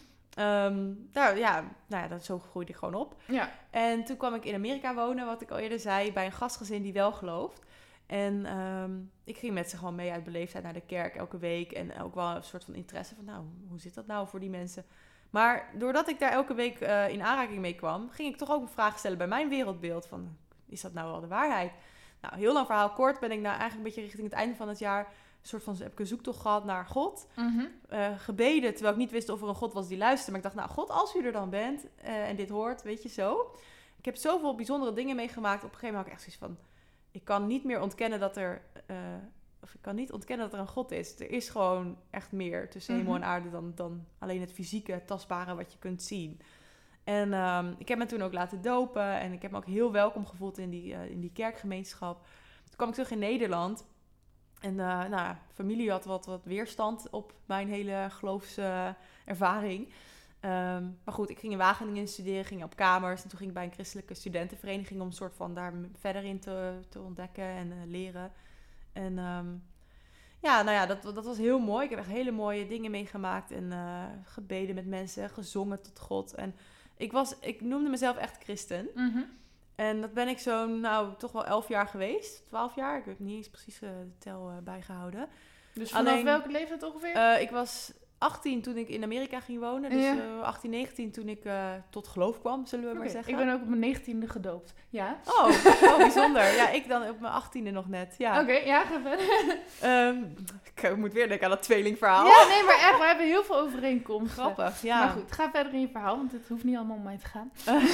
Zo groeide ik gewoon op. Ja. En toen kwam ik in Amerika wonen... wat ik al eerder zei... bij een gastgezin die wel gelooft... En ik ging met ze gewoon mee uit beleefdheid naar de kerk elke week. En ook wel een soort van interesse van, hoe zit dat nou voor die mensen? Maar doordat ik daar elke week in aanraking mee kwam... ging ik toch ook een vraag stellen bij mijn wereldbeeld. Van, is dat nou wel de waarheid? Nou, heel lang verhaal kort ben ik eigenlijk een beetje richting het einde van het jaar... heb ik een zoektocht gehad naar God. Gebeden, terwijl ik niet wist of er een God was die luisterde. Maar ik dacht, God, als u er dan bent en dit hoort, weet je zo. Ik heb zoveel bijzondere dingen meegemaakt. Op een gegeven moment had ik echt zoiets van... Ik kan niet meer ontkennen dat er of ik kan niet ontkennen dat er een God is. Er is gewoon echt meer tussen hemel en aarde dan alleen het fysieke, het tastbare wat je kunt zien. En ik heb me toen ook laten dopen en ik heb me ook heel welkom gevoeld in die kerkgemeenschap. Toen kwam ik terug in Nederland en familie had wat weerstand op mijn hele geloofservaring. Maar goed, ik ging in Wageningen studeren, ging op kamers en toen ging ik bij een christelijke studentenvereniging om een soort van daar verder in te ontdekken en leren. En dat was heel mooi. Ik heb echt hele mooie dingen meegemaakt en gebeden met mensen, gezongen tot God. En ik noemde mezelf echt christen. Mhm. En dat ben ik toch wel 11 jaar geweest. 12 jaar, ik heb niet eens precies de tel bijgehouden. Dus vanaf Alleen, welke leeftijd ongeveer? Ik was 18 toen ik in Amerika ging wonen. Dus 18, 19 toen ik tot geloof kwam, zullen we maar zeggen. Ik ben ook op mijn 19e gedoopt. Ja. Oh, bijzonder. Ja, ik dan op mijn 18e nog net. Ja. Oké, ja, ga verder. Ik moet weer denken aan dat tweelingverhaal. Ja, nee, maar echt, we hebben heel veel overeenkomsten. Grappig, ja. Maar goed, ga verder in je verhaal, want het hoeft niet allemaal om mij te gaan.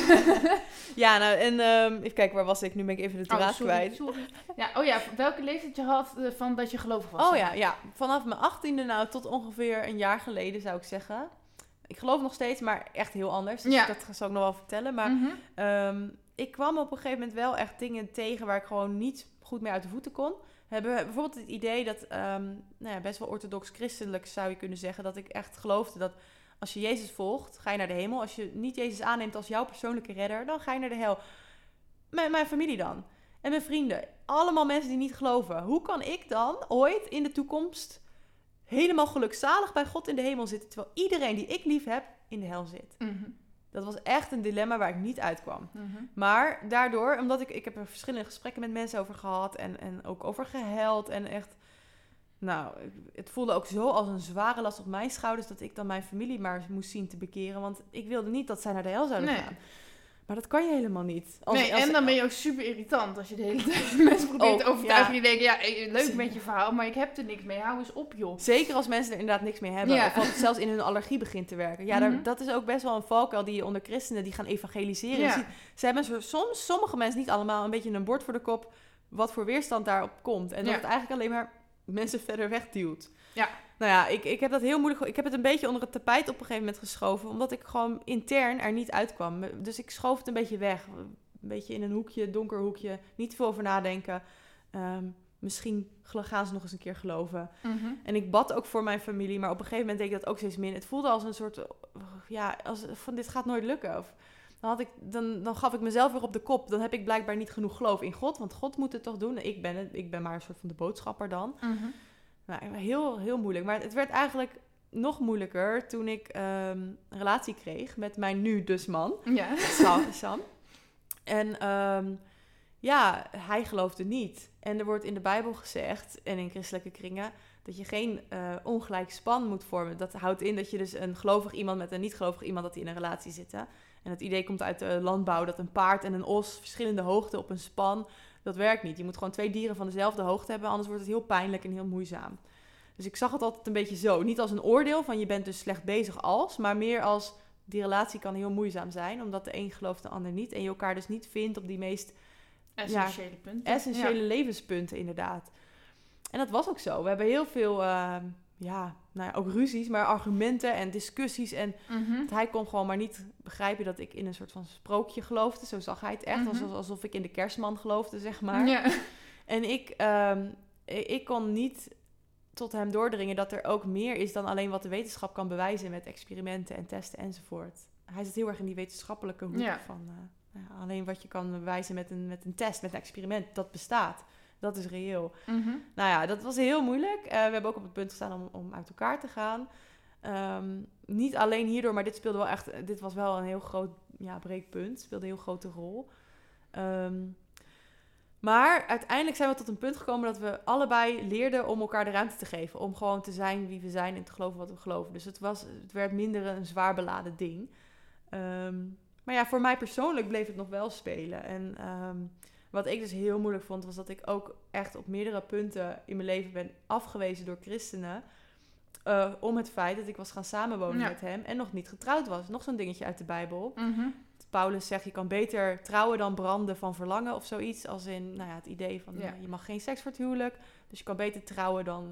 Even kijken, waar was ik? Nu ben ik even de draad kwijt. Sorry. Ja, welke leeftijd je had van dat je gelovig was? Oh ja. Vanaf mijn 18e tot ongeveer een jaar geleden zou ik zeggen. Ik geloof nog steeds, maar echt heel anders. Dus dat zal ik nog wel vertellen. Maar ik kwam op een gegeven moment wel echt dingen tegen waar ik gewoon niet goed mee uit de voeten kon. We hebben bijvoorbeeld het idee dat, best wel orthodox-christelijk zou je kunnen zeggen, dat ik echt geloofde dat als je Jezus volgt, ga je naar de hemel. Als je niet Jezus aanneemt als jouw persoonlijke redder, dan ga je naar de hel. Mijn familie dan. En mijn vrienden. Allemaal mensen die niet geloven. Hoe kan ik dan ooit in de toekomst helemaal gelukzalig bij God in de hemel zitten, terwijl iedereen die ik lief heb in de hel zit? Mm-hmm. Dat was echt een dilemma waar ik niet uitkwam. Mm-hmm. Maar daardoor, omdat ik heb er verschillende gesprekken met mensen over gehad en ook over gehuild en echt, het voelde ook zo als een zware last op mijn schouders dat ik dan mijn familie maar moest zien te bekeren, want ik wilde niet dat zij naar de hel zouden gaan. Maar dat kan je helemaal niet. En dan ben je ook super irritant als je de hele tijd mensen probeert te overtuigen. Die denken, leuk met je verhaal, maar ik heb er niks mee. Hou eens op, joh. Zeker als mensen er inderdaad niks mee hebben. Ja. Of wat zelfs in hun allergie begint te werken. Ja, dat is ook best wel een valkuil die je onder christenen die gaan evangeliseren. Ja. Ze hebben sommige mensen, niet allemaal, een beetje een bord voor de kop wat voor weerstand daarop komt. En dat het eigenlijk alleen maar mensen verder wegduwt. Ja. Nou ja, ik heb dat heel moeilijk. Ik heb het een beetje onder het tapijt op een gegeven moment geschoven, omdat ik gewoon intern er niet uitkwam. Dus ik schoof het een beetje weg. Een beetje in een hoekje, donker hoekje. Niet te veel over nadenken. Misschien gaan ze nog eens een keer geloven. Mm-hmm. En ik bad ook voor mijn familie, maar op een gegeven moment deed ik dat ook steeds min. Het voelde als een soort, van dit gaat nooit lukken. Of dan gaf ik mezelf weer op de kop. Dan heb ik blijkbaar niet genoeg geloof in God, want God moet het toch doen. Ik ben maar een soort van de boodschapper dan. Mm-hmm. Nou, heel, heel moeilijk. Maar het werd eigenlijk nog moeilijker toen ik een relatie kreeg met mijn nu dus man, Sam. En hij geloofde niet. En er wordt in de Bijbel gezegd, en in christelijke kringen, dat je geen ongelijk span moet vormen. Dat houdt in dat je dus een gelovig iemand met een niet-gelovig iemand, dat die in een relatie zitten. En het idee komt uit de landbouw, dat een paard en een os verschillende hoogte op een span, dat werkt niet. Je moet gewoon 2 dieren van dezelfde hoogte hebben, anders wordt het heel pijnlijk en heel moeizaam. Dus ik zag het altijd een beetje zo. Niet als een oordeel van je bent dus slecht bezig als, maar meer als die relatie kan heel moeizaam zijn, omdat de een gelooft de ander niet en je elkaar dus niet vindt op die meest essentiële punten. Essentiële levenspunten, inderdaad. En dat was ook zo. We hebben heel veel, ook ruzies, maar argumenten en discussies. En hij kon gewoon maar niet begrijpen dat ik in een soort van sprookje geloofde. Zo zag hij het echt, alsof ik in de kerstman geloofde, zeg maar. Ja. En ik kon niet tot hem doordringen dat er ook meer is dan alleen wat de wetenschap kan bewijzen met experimenten en testen enzovoort. Hij zit heel erg in die wetenschappelijke hoek van alleen wat je kan bewijzen met een test, met een experiment, dat bestaat. Dat is reëel. Mm-hmm. Nou ja, dat was heel moeilijk. We hebben ook op het punt gestaan om uit elkaar te gaan. Niet alleen hierdoor, maar dit was wel een heel groot breekpunt. Speelde een heel grote rol. Maar uiteindelijk zijn we tot een punt gekomen dat we allebei leerden om elkaar de ruimte te geven. Om gewoon te zijn wie we zijn en te geloven wat we geloven. Dus het werd minder een zwaar beladen ding. Maar ja, voor mij persoonlijk bleef het nog wel spelen. En wat ik dus heel moeilijk vond, was dat ik ook echt op meerdere punten in mijn leven ben afgewezen door christenen. om het feit dat ik was gaan samenwonen Ja. met hem en nog niet getrouwd was. Nog zo'n dingetje uit de Bijbel. Mhm. Paulus zegt, je kan beter trouwen dan branden van verlangen of zoiets. Als in het idee van, Ja. je mag geen seks voor het huwelijk. Dus je kan beter trouwen dan,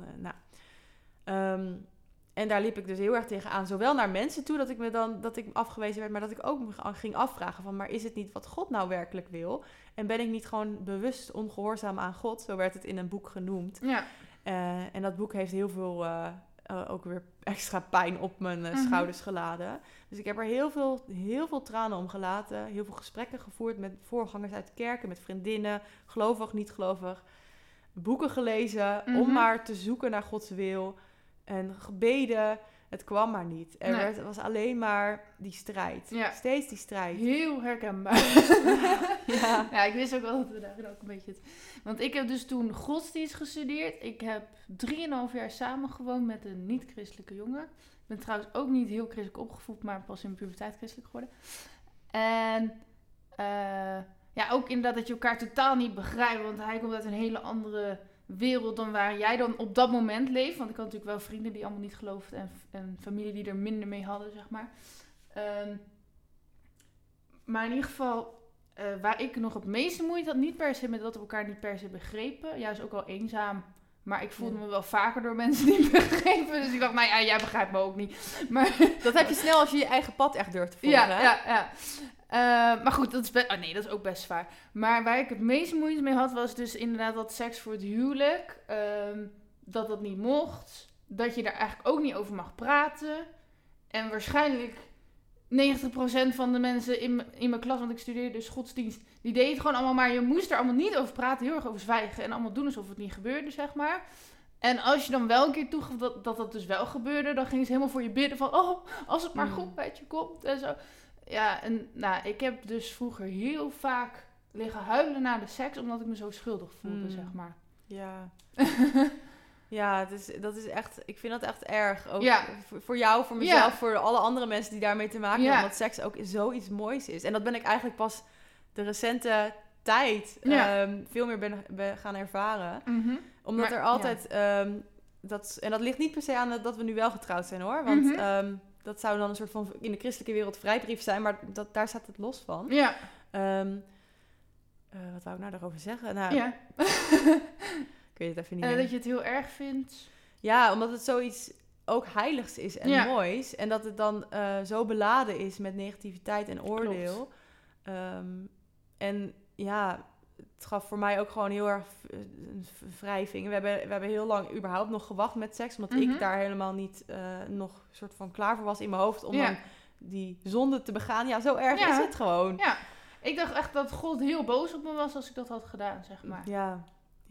en daar liep ik dus heel erg tegenaan. Zowel naar mensen toe dat ik afgewezen werd, maar dat ik ook me ging afvragen van, maar is het niet wat God nou werkelijk wil? En ben ik niet gewoon bewust ongehoorzaam aan God? Zo werd het in een boek genoemd. Ja. En dat boek heeft heel veel, ook weer extra pijn op mijn schouders geladen. Dus ik heb er heel veel tranen om gelaten. Heel veel gesprekken gevoerd met voorgangers uit de kerken, met vriendinnen, gelovig, niet gelovig. Boeken gelezen om maar te zoeken naar Gods wil. En gebeden, het kwam maar niet. Het was alleen maar die strijd. Ja. Steeds die strijd. Heel herkenbaar. Ja. Ja, ik wist ook wel dat we daar ook een beetje... Want ik heb dus toen godsdienst gestudeerd. Ik heb 3,5 jaar samengewoond met een niet-christelijke jongen. Ik ben trouwens ook niet heel christelijk opgevoed, maar pas in mijn puberteit christelijk geworden. En ook inderdaad dat je elkaar totaal niet begrijpt. Want hij komt uit een hele andere wereld dan waar jij dan op dat moment leeft. Want ik had natuurlijk wel vrienden die allemaal niet geloofden en familie die er minder mee hadden, zeg maar. Maar in ieder geval, waar ik nog het meeste moeite had, niet per se met dat we elkaar niet per se begrepen. Juist ook wel eenzaam. Maar ik voelde me wel vaker door mensen niet begrepen. Dus ik dacht, nou ja, jij begrijpt me ook niet. Maar Dat heb je snel als je je eigen pad echt durft te volgen. hè? ja. Maar goed, dat is ook best zwaar. Maar waar ik het meeste moeite mee had, was dus inderdaad dat seks voor het huwelijk. Dat niet mocht. Dat je daar eigenlijk ook niet over mag praten. En waarschijnlijk 90% van de mensen in mijn klas, want ik studeerde dus godsdienst, die deed het gewoon allemaal, maar je moest er allemaal niet over praten, heel erg over zwijgen en allemaal doen alsof het niet gebeurde, zeg maar. En als je dan wel een keer toegaf dat dus wel gebeurde, dan ging ze helemaal voor je bidden van, oh, als het maar goed met je komt en zo. Ja, en ik heb dus vroeger heel vaak liggen huilen na de seks, omdat ik me zo schuldig voelde, zeg maar. Ja. Ja, dat is echt... Ik vind dat echt erg. Ook Ja. voor jou, voor mezelf, voor alle andere mensen die daarmee te maken hebben. Dat seks ook zoiets moois is. En dat ben ik eigenlijk pas de recente tijd veel meer ben gaan ervaren. Mhm. Omdat er altijd... en dat ligt niet per se aan dat we nu wel getrouwd zijn, hoor. Want dat zou dan een soort van in de christelijke wereld vrijbrief zijn. Maar daar staat het los van. Ja. Wat wou ik nou daarover zeggen? Nou, Ja. ik weet het even niet En meer. dat je het heel erg vindt. Ja, omdat het zoiets ook heiligs is en moois. En dat het dan zo beladen is met negativiteit en oordeel. En ja, het gaf voor mij ook gewoon heel erg een wrijving. We hebben heel lang überhaupt nog gewacht met seks. Omdat ik daar helemaal niet nog soort van klaar voor was in mijn hoofd. Om dan die zonde te begaan. Ja, zo erg is het gewoon. Ja, ik dacht echt dat God heel boos op me was als ik dat had gedaan, zeg maar. Ja.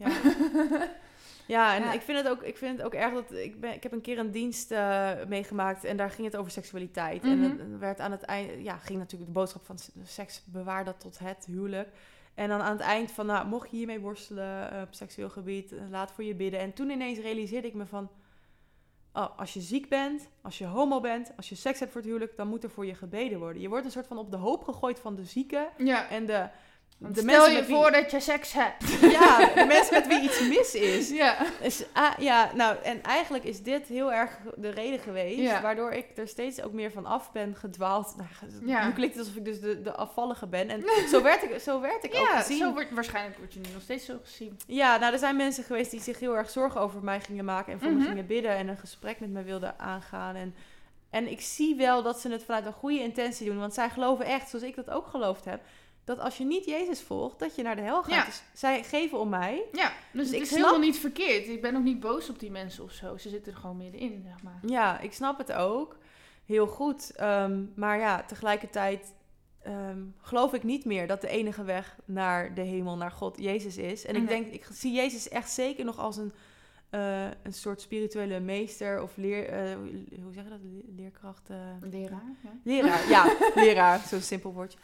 Ja, en ik vind het ook erg dat... Ik heb een keer een dienst meegemaakt en daar ging het over seksualiteit. En dan werd aan het eind... Ja, ging natuurlijk de boodschap van seks, bewaar dat tot het huwelijk. En dan aan het eind van, mocht je hiermee worstelen op seksueel gebied, laat voor je bidden. En toen ineens realiseerde ik me van... als je ziek bent, als je homo bent, als je seks hebt voor het huwelijk, dan moet er voor je gebeden worden. Je wordt een soort van op de hoop gegooid van de zieken en de stel je voor dat je seks hebt. Ja, de mensen met wie iets mis is. Ja. Dus, en eigenlijk is dit heel erg de reden geweest, waardoor ik er steeds ook meer van af ben gedwaald. Nu klinkt het alsof ik dus de afvallige ben. En zo werd ik ook gezien. Waarschijnlijk word je nu nog steeds zo gezien. Ja, er zijn mensen geweest die zich heel erg zorgen over mij gingen maken en voor me gingen bidden en een gesprek met me wilden aangaan. En ik zie wel dat ze het vanuit een goede intentie doen, want zij geloven echt, zoals ik dat ook geloofd heb, dat als je niet Jezus volgt, dat je naar de hel gaat. Ja. Dus zij geven om mij. Ja, dus het is helemaal niet verkeerd. Ik ben ook niet boos op die mensen of zo. Ze zitten er gewoon middenin, zeg maar. Ja, ik snap het ook. Heel goed. Maar ja, tegelijkertijd geloof ik niet meer dat de enige weg naar de hemel, naar God, Jezus is. En ik zie Jezus echt zeker nog als een soort spirituele meester of hoe zeg je dat? Leerkracht? Leraar. Ja. Leraar, ja. Leraar, zo'n simpel woordje.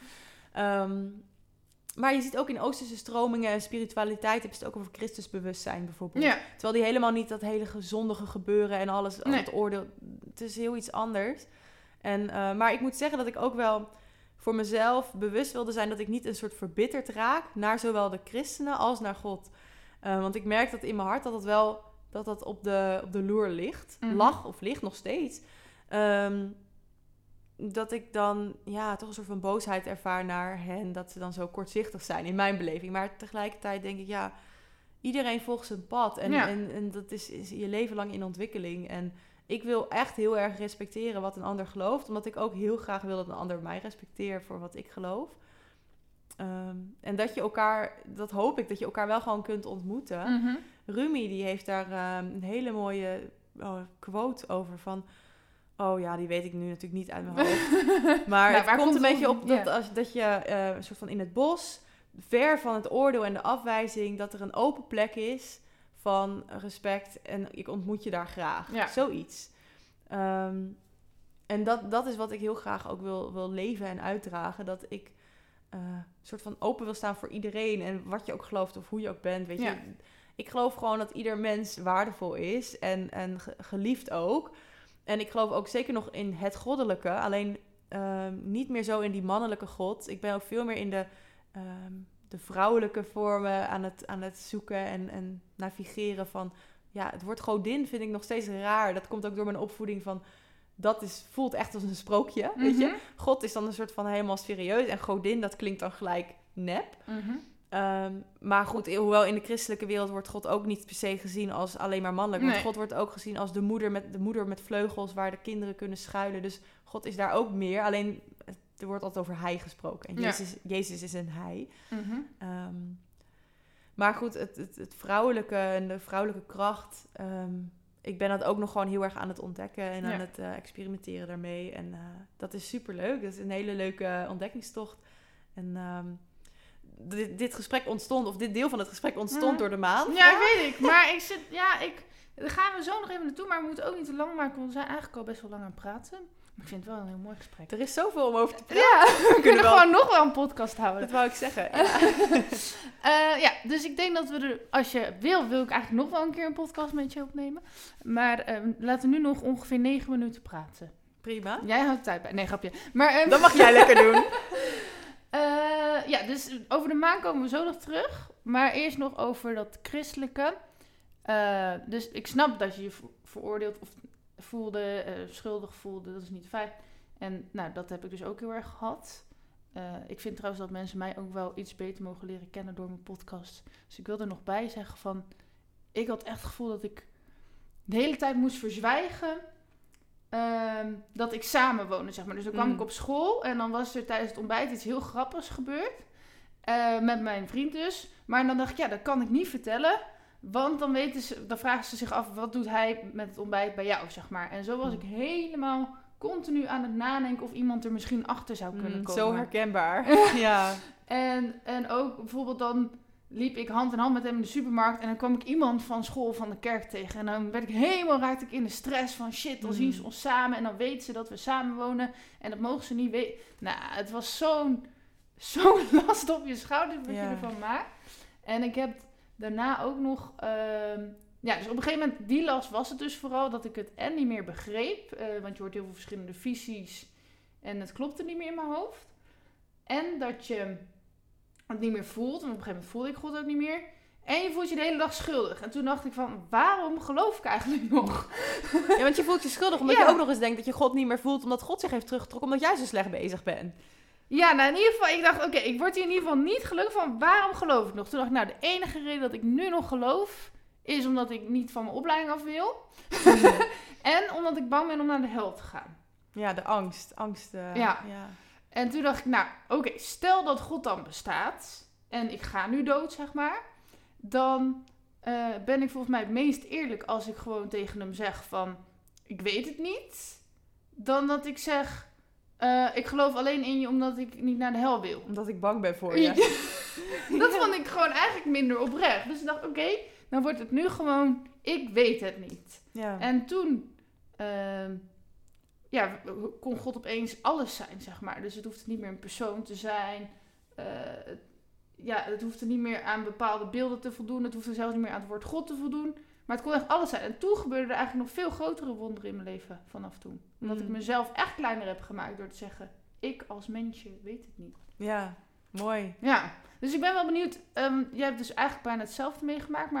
Maar je ziet ook in Oosterse stromingen en spiritualiteit hebben ze het ook over Christusbewustzijn bijvoorbeeld. Ja. Terwijl die helemaal niet dat hele gezondige gebeuren en alles, het oordeel. Het is heel iets anders. Maar ik moet zeggen dat ik ook wel voor mezelf bewust wilde zijn dat ik niet een soort verbitterd raak naar zowel de christenen als naar God. Want ik merk dat in mijn hart dat het wel dat op de loer ligt. Mhm. Lag of ligt nog steeds. Dat ik dan toch een soort van boosheid ervaar naar hen. Dat ze dan zo kortzichtig zijn in mijn beleving. Maar tegelijkertijd denk ik, iedereen volgt zijn pad. En dat is je leven lang in ontwikkeling. En ik wil echt heel erg respecteren wat een ander gelooft. Omdat ik ook heel graag wil dat een ander mij respecteert voor wat ik geloof. En dat hoop ik, dat je elkaar wel gewoon kunt ontmoeten. Mhm. Rumi, die heeft daar een hele mooie quote over van... Oh ja, die weet ik nu natuurlijk niet uit mijn hoofd. Maar Nou, het komt een beetje op ja. dat je een soort van in het bos... ver van het oordeel en de afwijzing... dat er een open plek is van respect... en ik ontmoet je daar graag. Ja. Zoiets. En dat is wat ik heel graag ook wil leven en uitdragen. Dat ik een soort van open wil staan voor iedereen... en wat je ook gelooft of hoe je ook bent, weet je... Ik geloof gewoon dat ieder mens waardevol is en geliefd ook. En ik geloof ook zeker nog in het goddelijke. Alleen niet meer zo in die mannelijke god. Ik ben ook veel meer in de vrouwelijke vormen aan het zoeken en navigeren van... Ja, het woord godin vind ik nog steeds raar. Dat komt ook door mijn opvoeding van... voelt echt als een sprookje, weet je. God is dan een soort van helemaal serieus. En godin, dat klinkt dan gelijk nep. Mhm. Maar goed, hoewel in de christelijke wereld wordt God ook niet per se gezien als alleen maar mannelijk. Want Nee. God wordt ook gezien als de moeder met vleugels waar de kinderen kunnen schuilen. Dus God is daar ook meer. Alleen, er wordt altijd over hij gesproken. En Jezus is een hij. Mhm. Maar goed, het vrouwelijke en de vrouwelijke kracht... ik ben dat ook nog gewoon heel erg aan het ontdekken en aan het experimenteren daarmee. En dat is superleuk. Dat is een hele leuke ontdekkingstocht. En... Dit gesprek ontstond, of dit deel van het gesprek ontstond door de maan. Ja, weet ik. Maar daar gaan we zo nog even naartoe, maar we moeten ook niet te lang maken, want we zijn eigenlijk al best wel lang aan het praten. Maar ik vind het wel een heel mooi gesprek. Er is zoveel om over te praten. Ja, we kunnen wel- gewoon nog wel een podcast houden. Dat wou ik zeggen. Dus ik denk dat we er, als je wil ik eigenlijk nog wel een keer een podcast met je opnemen. Maar laten we nu nog ongeveer 9 minuten praten. Prima. Jij houdt de tijd bij. Nee, grapje. Maar, Dat mag jij lekker doen. dus over de maan komen we zo nog terug. Maar eerst nog over dat christelijke. Dus ik snap dat je je veroordeeld of voelde, schuldig voelde. Dat is niet fijn. En nou, dat heb ik dus ook heel erg gehad. Ik vind trouwens dat mensen mij ook wel iets beter mogen leren kennen door mijn podcast. Dus ik wil er nog bij zeggen van... Ik had echt het gevoel dat ik de hele tijd moest verzwijgen... dat ik samenwoonde, zeg maar. Dus dan kwam ik op school en dan was er tijdens het ontbijt iets heel grappigs gebeurd. Met mijn vriend dus. Maar dan dacht ik, dat kan ik niet vertellen. Want dan vragen ze zich af, wat doet hij met het ontbijt bij jou, zeg maar. En zo was ik helemaal continu aan het nadenken of iemand er misschien achter zou kunnen komen. Zo herkenbaar. Ja. En ook bijvoorbeeld dan liep ik hand in hand met hem in de supermarkt en dan kwam ik iemand van school of van de kerk tegen. En dan raakte ik in de stress van shit, dan zien ze ons samen en dan weten ze dat we samen wonen. En dat mogen ze niet weten. Nou, het was zo'n last op je schouders wat je ervan maakt. En ik heb daarna ook nog... dus op een gegeven moment, die last was het dus vooral dat ik het niet meer begreep. Want je hoort heel veel verschillende visies en het klopte niet meer in mijn hoofd. En dat je het niet meer voelt. Want op een gegeven moment voelde ik God ook niet meer. En je voelt je de hele dag schuldig. En toen dacht ik van, waarom geloof ik eigenlijk nog? Ja, want je voelt je schuldig omdat je ook nog eens denkt dat je God niet meer voelt... omdat God zich heeft teruggetrokken omdat jij zo slecht bezig bent. Ja, nou in ieder geval, ik dacht, oké, ik word hier in ieder geval niet gelukkig van. Waarom geloof ik nog? Toen dacht ik, de enige reden dat ik nu nog geloof... is omdat ik niet van mijn opleiding af wil. En omdat ik bang ben om naar de hel te gaan. Ja, de angst. Ja. En toen dacht ik, oké, stel dat God dan bestaat... en ik ga nu dood, zeg maar... dan ben ik volgens mij het meest eerlijk als ik gewoon tegen hem zeg van... ik weet het niet. Dan dat ik zeg... ik geloof alleen in je omdat ik niet naar de hel wil. Omdat ik bang ben voor je. Dat vond ik gewoon eigenlijk minder oprecht. Dus ik dacht, oké, dan wordt het nu gewoon... ik weet het niet. Ja. En toen... kon God opeens alles zijn, zeg maar. Dus het hoeft niet meer een persoon te zijn. Het hoeft er niet meer aan bepaalde beelden te voldoen. Het hoeft er zelfs niet meer aan het woord God te voldoen. Maar het kon echt alles zijn. En toen gebeurde er eigenlijk nog veel grotere wonderen in mijn leven vanaf toen. Omdat ik mezelf echt kleiner heb gemaakt door te zeggen... ik als mensje weet het niet. Ja, mooi. Ja, dus ik ben wel benieuwd. Jij hebt dus eigenlijk bijna hetzelfde meegemaakt. Maar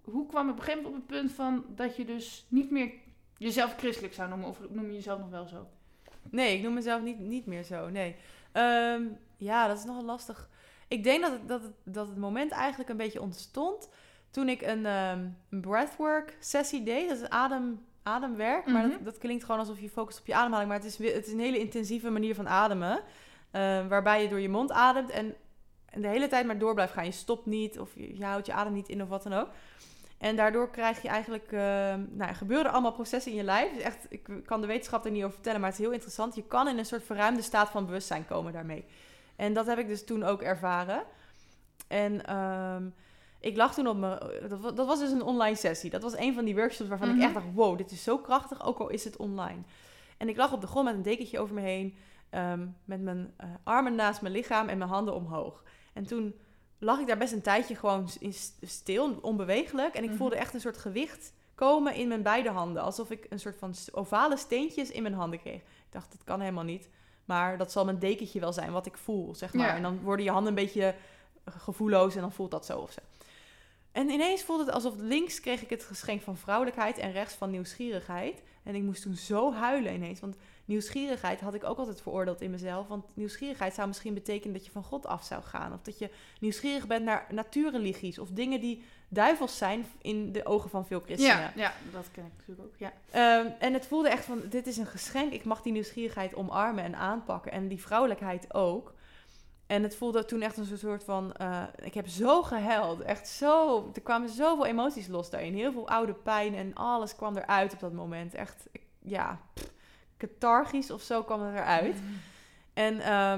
hoe kwam je op een gegeven moment op het punt van dat je dus niet meer jezelf christelijk zou noemen? Of noem je jezelf nog wel zo? Nee, ik noem mezelf niet meer zo, nee. Ja, dat is nogal lastig. Ik denk dat het moment eigenlijk een beetje ontstond toen ik een breathwork sessie deed. Dat is ademwerk, maar dat klinkt gewoon alsof je focust op je ademhaling. Maar het is een hele intensieve manier van ademen, waarbij je door je mond ademt en de hele tijd maar door blijft gaan. Je stopt niet of je houdt je adem niet in of wat dan ook. En daardoor krijg je eigenlijk, gebeuren er allemaal processen in je lijf. Dus echt, ik kan de wetenschap er niet over vertellen, maar het is heel interessant. Je kan in een soort verruimde staat van bewustzijn komen daarmee. En dat heb ik dus toen ook ervaren. En ik lag toen op mijn... Dat was dus een online sessie. Dat was een van die workshops waarvan ik echt dacht, wow, dit is zo krachtig, ook al is het online. En ik lag op de grond met een dekentje over me heen, met mijn armen naast mijn lichaam en mijn handen omhoog. En toen lag ik daar best een tijdje gewoon stil, onbewegelijk. En ik voelde echt een soort gewicht komen in mijn beide handen. Alsof ik een soort van ovale steentjes in mijn handen kreeg. Ik dacht, dat kan helemaal niet. Maar dat zal mijn dekentje wel zijn, wat ik voel, zeg maar. Ja. En dan worden je handen een beetje gevoelloos en dan voelt dat zo of zo. En ineens voelde het alsof links kreeg ik het geschenk van vrouwelijkheid en rechts van nieuwsgierigheid. En ik moest toen zo huilen ineens, want nieuwsgierigheid had ik ook altijd veroordeeld in mezelf. Want nieuwsgierigheid zou misschien betekenen dat je van God af zou gaan. Of dat je nieuwsgierig bent naar natuurreligies of dingen die duivels zijn in de ogen van veel christenen. Ja, dat ken ik natuurlijk ook, ja. En het voelde echt van, dit is een geschenk. Ik mag die nieuwsgierigheid omarmen en aanpakken. En die vrouwelijkheid ook. En het voelde toen echt een soort van... ik heb zo gehuild. Echt zo... Er kwamen zoveel emoties los daarin. Heel veel oude pijn en alles kwam eruit op dat moment. Echt, cathargisch of zo kwam het eruit. En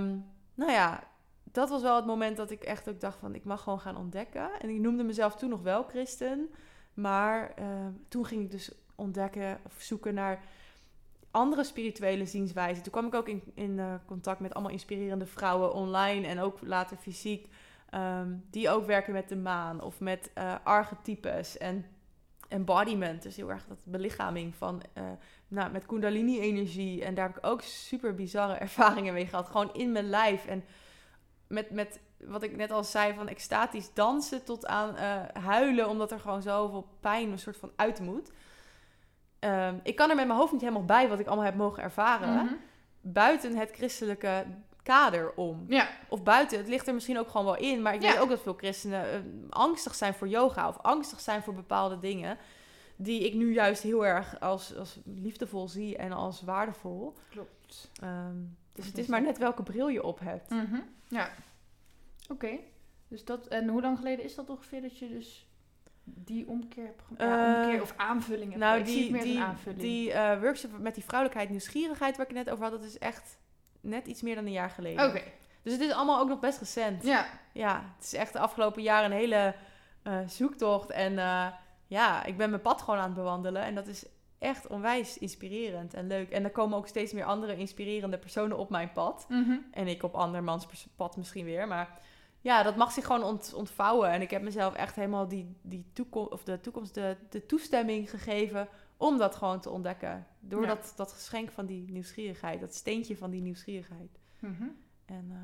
dat was wel het moment dat ik echt ook dacht van... ik mag gewoon gaan ontdekken. En ik noemde mezelf toen nog wel christen. Maar toen ging ik dus ontdekken of zoeken naar... andere spirituele zienswijzen. Toen kwam ik ook in contact met allemaal inspirerende vrouwen online en ook later fysiek, die ook werken met de maan of met archetypes en embodiment. Dus heel erg dat belichaming van, met kundalini-energie. En daar heb ik ook super bizarre ervaringen mee gehad. Gewoon in mijn lijf en met wat ik net al zei, van extatisch dansen tot aan huilen, omdat er gewoon zoveel pijn een soort van uit moet. Ik kan er met mijn hoofd niet helemaal bij wat ik allemaal heb mogen ervaren. Buiten het christelijke kader om. Ja. Of buiten, het ligt er misschien ook gewoon wel in. Maar ik weet ook dat veel christenen angstig zijn voor yoga. Of angstig zijn voor bepaalde dingen. Die ik nu juist heel erg als liefdevol zie en als waardevol. Klopt. Dus het is maar net welke bril je op hebt. Ja. Oké. Dus dat, en hoe lang geleden is dat ongeveer dat je dus... die omkeer of aanvulling heb. Nou, die workshop met die vrouwelijkheid, nieuwsgierigheid waar ik het net over had, dat is echt net iets meer dan een jaar geleden. Oké. Dus het is allemaal ook nog best recent. Ja, het is echt de afgelopen jaren een hele zoektocht. En ik ben mijn pad gewoon aan het bewandelen. En dat is echt onwijs inspirerend en leuk. En er komen ook steeds meer andere inspirerende personen op mijn pad. En ik op andermans pad misschien weer, maar... Ja, dat mag zich gewoon ontvouwen. En ik heb mezelf echt helemaal de toestemming gegeven om dat gewoon te ontdekken. Door dat geschenk van die nieuwsgierigheid. Dat steentje van die nieuwsgierigheid. En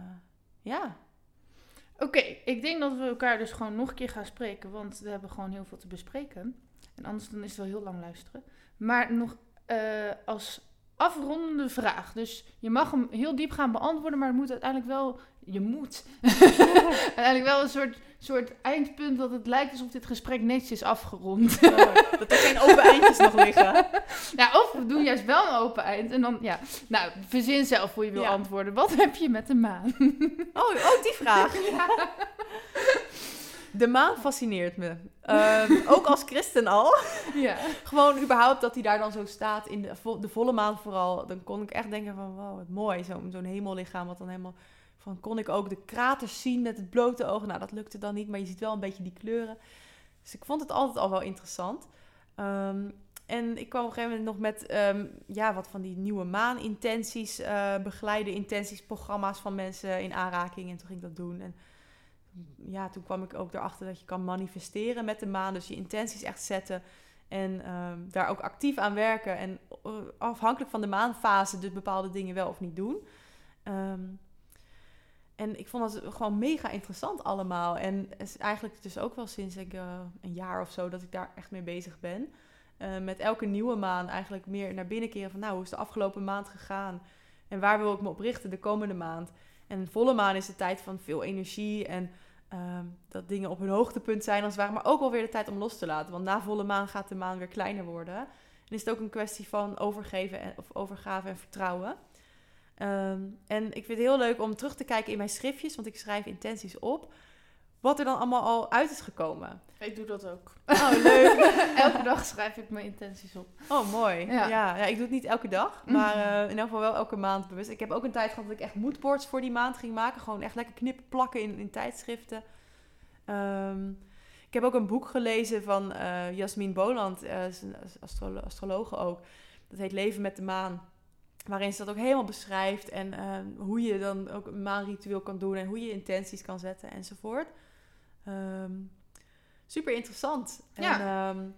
Oké, ik denk dat we elkaar dus gewoon nog een keer gaan spreken. Want we hebben gewoon heel veel te bespreken. En anders dan is het wel heel lang luisteren. Maar nog als afrondende vraag. Dus je mag hem heel diep gaan beantwoorden, maar het moet uiteindelijk wel... uiteindelijk wel een soort eindpunt dat het lijkt alsof dit gesprek netjes is afgerond. Dat er geen open eindjes nog liggen. Of we doen juist wel een open eind. En dan, verzin zelf hoe je wil antwoorden. Wat heb je met de maan? Oh, die vraag. De maan fascineert me. Ook als christen al. Ja. Gewoon überhaupt dat hij daar dan zo staat in de volle maan vooral. Dan kon ik echt denken van, wow, wat mooi. Zo'n hemellichaam wat dan helemaal... Van kon ik ook de kraters zien met het blote oog. Nou, dat lukte dan niet, maar je ziet wel een beetje die kleuren. Dus ik vond het altijd al wel interessant. En ik kwam op een gegeven moment nog met wat van die nieuwe maanintenties, begeleide intentiesprogramma's van mensen in aanraking. En toen ging ik dat doen. En toen kwam ik ook erachter dat je kan manifesteren met de maan. Dus je intenties echt zetten en daar ook actief aan werken. En afhankelijk van de maanfase dus bepaalde dingen wel of niet doen. En ik vond dat gewoon mega interessant allemaal. En het is eigenlijk dus ook wel sinds een jaar of zo dat ik daar echt mee bezig ben. Met elke nieuwe maan eigenlijk meer naar binnen keren van... hoe is de afgelopen maand gegaan? En waar wil ik me op richten de komende maand? En volle maan is de tijd van veel energie en dat dingen op hun hoogtepunt zijn als het ware. Maar ook wel weer de tijd om los te laten. Want na volle maan gaat de maan weer kleiner worden. En is het ook een kwestie van overgave en vertrouwen. En ik vind het heel leuk om terug te kijken in mijn schriftjes, want ik schrijf intenties op, wat er dan allemaal al uit is gekomen. Ik doe dat ook. Oh, leuk. Elke dag schrijf ik mijn intenties op. Oh, mooi. Ja, ik doe het niet elke dag, maar in elk geval wel elke maand bewust. Ik heb ook een tijd gehad dat ik echt moodboards voor die maand ging maken. Gewoon echt lekker knippen, plakken in tijdschriften. Ik heb ook een boek gelezen van Jasmin Boland, is een astrologe ook. Dat heet Leven met de Maan. Waarin ze dat ook helemaal beschrijft. En hoe je dan ook een maanritueel kan doen. En hoe je intenties kan zetten enzovoort. Super interessant. Ja. En,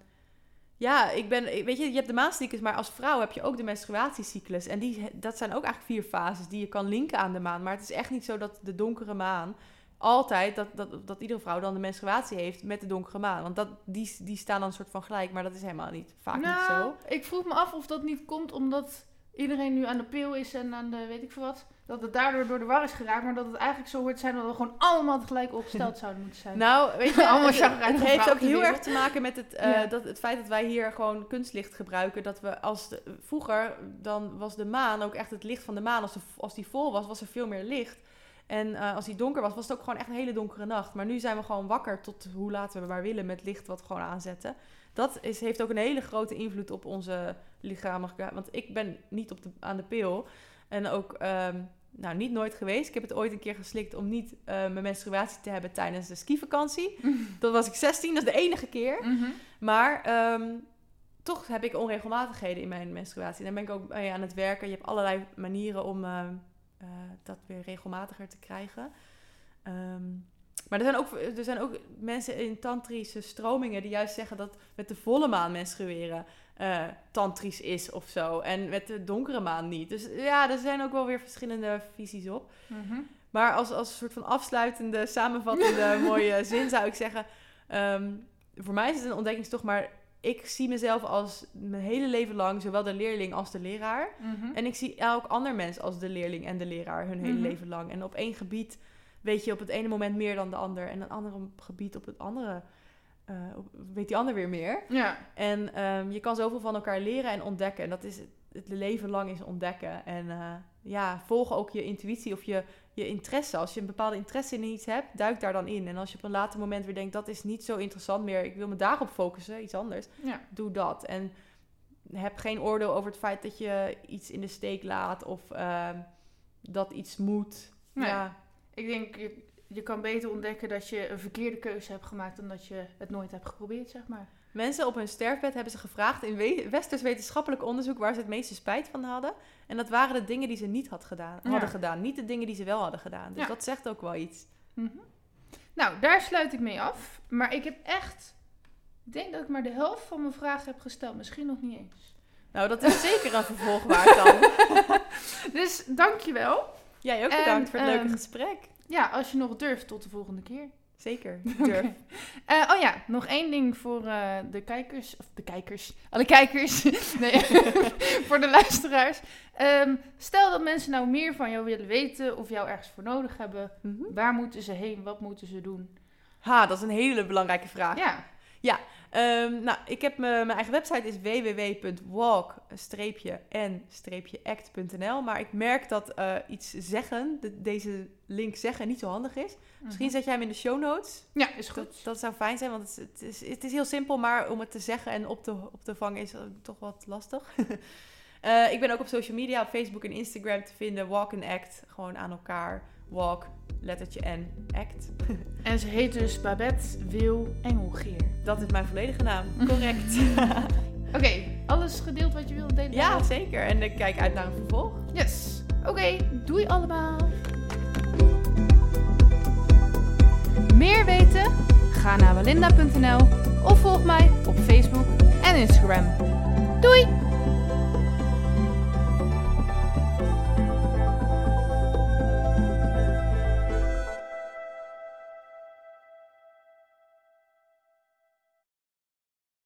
weet je hebt de maancyclus. Maar als vrouw heb je ook de menstruatiecyclus. En dat zijn ook eigenlijk 4 fases die je kan linken aan de maan. Maar het is echt niet zo dat de donkere maan... altijd dat iedere vrouw dan de menstruatie heeft met de donkere maan. Want die staan dan een soort van gelijk. Maar dat is helemaal vaak niet zo. Ik vroeg me af of dat niet komt omdat... iedereen nu aan de pil is en aan de weet ik veel wat. Dat het daardoor door de war is geraakt. Maar dat het eigenlijk zo hoort zijn dat we gewoon allemaal tegelijk opgesteld zouden moeten zijn. Nou, weet je, het heeft ook heel erg te maken met het feit dat wij hier gewoon kunstlicht gebruiken. Dat we vroeger, dan was de maan ook echt het licht van de maan. Als die vol was er veel meer licht. En als die donker was het ook gewoon echt een hele donkere nacht. Maar nu zijn we gewoon wakker tot hoe laat we maar willen met licht wat we gewoon aanzetten. Dat heeft ook een hele grote invloed op onze lichamelijke... Want ik ben niet aan de pil. En ook niet nooit geweest. Ik heb het ooit een keer geslikt om niet mijn menstruatie te hebben tijdens de skivakantie. Dat was ik 16, dat is de enige keer. Mm-hmm. Maar toch heb ik onregelmatigheden in mijn menstruatie. En dan ben ik ook aan het werken. Je hebt allerlei manieren om dat weer regelmatiger te krijgen. Maar er zijn ook mensen in tantrische stromingen die juist zeggen dat met de volle maan menstrueren tantrisch is of zo. En met de donkere maan niet. Dus ja, er zijn ook wel weer verschillende visies op. Mm-hmm. Maar als soort van afsluitende, samenvattende mooie zin zou ik zeggen... voor mij is het een ontdekkingstocht, maar ik zie mezelf als mijn hele leven lang zowel de leerling als de leraar. Mm-hmm. En ik zie elk ander mens als de leerling en de leraar hun hele leven lang. En op één gebied... weet je op het ene moment meer dan de ander. En een ander gebied op het andere... weet die ander weer meer. Ja. En je kan zoveel van elkaar leren en ontdekken. En dat is het leven lang is ontdekken. En volg ook je intuïtie of je interesse. Als je een bepaalde interesse in iets hebt, duik daar dan in. En als je op een later moment weer denkt... dat is niet zo interessant meer. Ik wil me daarop focussen, iets anders. Ja. Doe dat. En heb geen oordeel over het feit dat je iets in de steek laat... of dat iets moet. Nee. Ja. Ik denk, je kan beter ontdekken dat je een verkeerde keuze hebt gemaakt... dan dat je het nooit hebt geprobeerd, zeg maar. Mensen op hun sterfbed hebben ze gevraagd in westers wetenschappelijk onderzoek... waar ze het meeste spijt van hadden. En dat waren de dingen die ze niet hadden gedaan. Niet de dingen die ze wel hadden gedaan. Dus dat zegt ook wel iets. Mm-hmm. Nou, daar sluit ik mee af. Maar ik heb echt... ik denk dat ik maar de helft van mijn vragen heb gesteld. Misschien nog niet eens. Nou, dat is zeker een vervolg waard dan. Dus, dankjewel. Jij ook bedankt voor het leuke gesprek. Ja, als je nog durft, tot de volgende keer. Zeker, durf. Okay. Nog 1 ding voor de kijkers. Of de kijkers. Alle kijkers. Nee, voor de luisteraars. Stel dat mensen nou meer van jou willen weten of jou ergens voor nodig hebben. Mm-hmm. Waar moeten ze heen? Wat moeten ze doen? Dat is een hele belangrijke vraag. Ja. Ik heb mijn eigen website is www.walk-n-act.nl. Maar ik merk dat iets zeggen, deze link zeggen, niet zo handig is. Misschien zet jij hem in de show notes. Ja, is goed. Dat zou fijn zijn, want het is heel simpel. Maar om het te zeggen en op te vangen is toch wat lastig. Ik ben ook op social media, op Facebook en Instagram te vinden. Walk and Act, gewoon aan elkaar. Walk, lettertje N, Act. En ze heet dus Babette Wil Engelgeer. Dat is mijn volledige naam. Correct. Oké, alles gedeeld wat je wilde delen? Ja, zeker. En ik kijk uit naar een vervolg. Yes. Oké, doei allemaal. Meer weten? Ga naar walinda.nl of volg mij op Facebook en Instagram. Doei!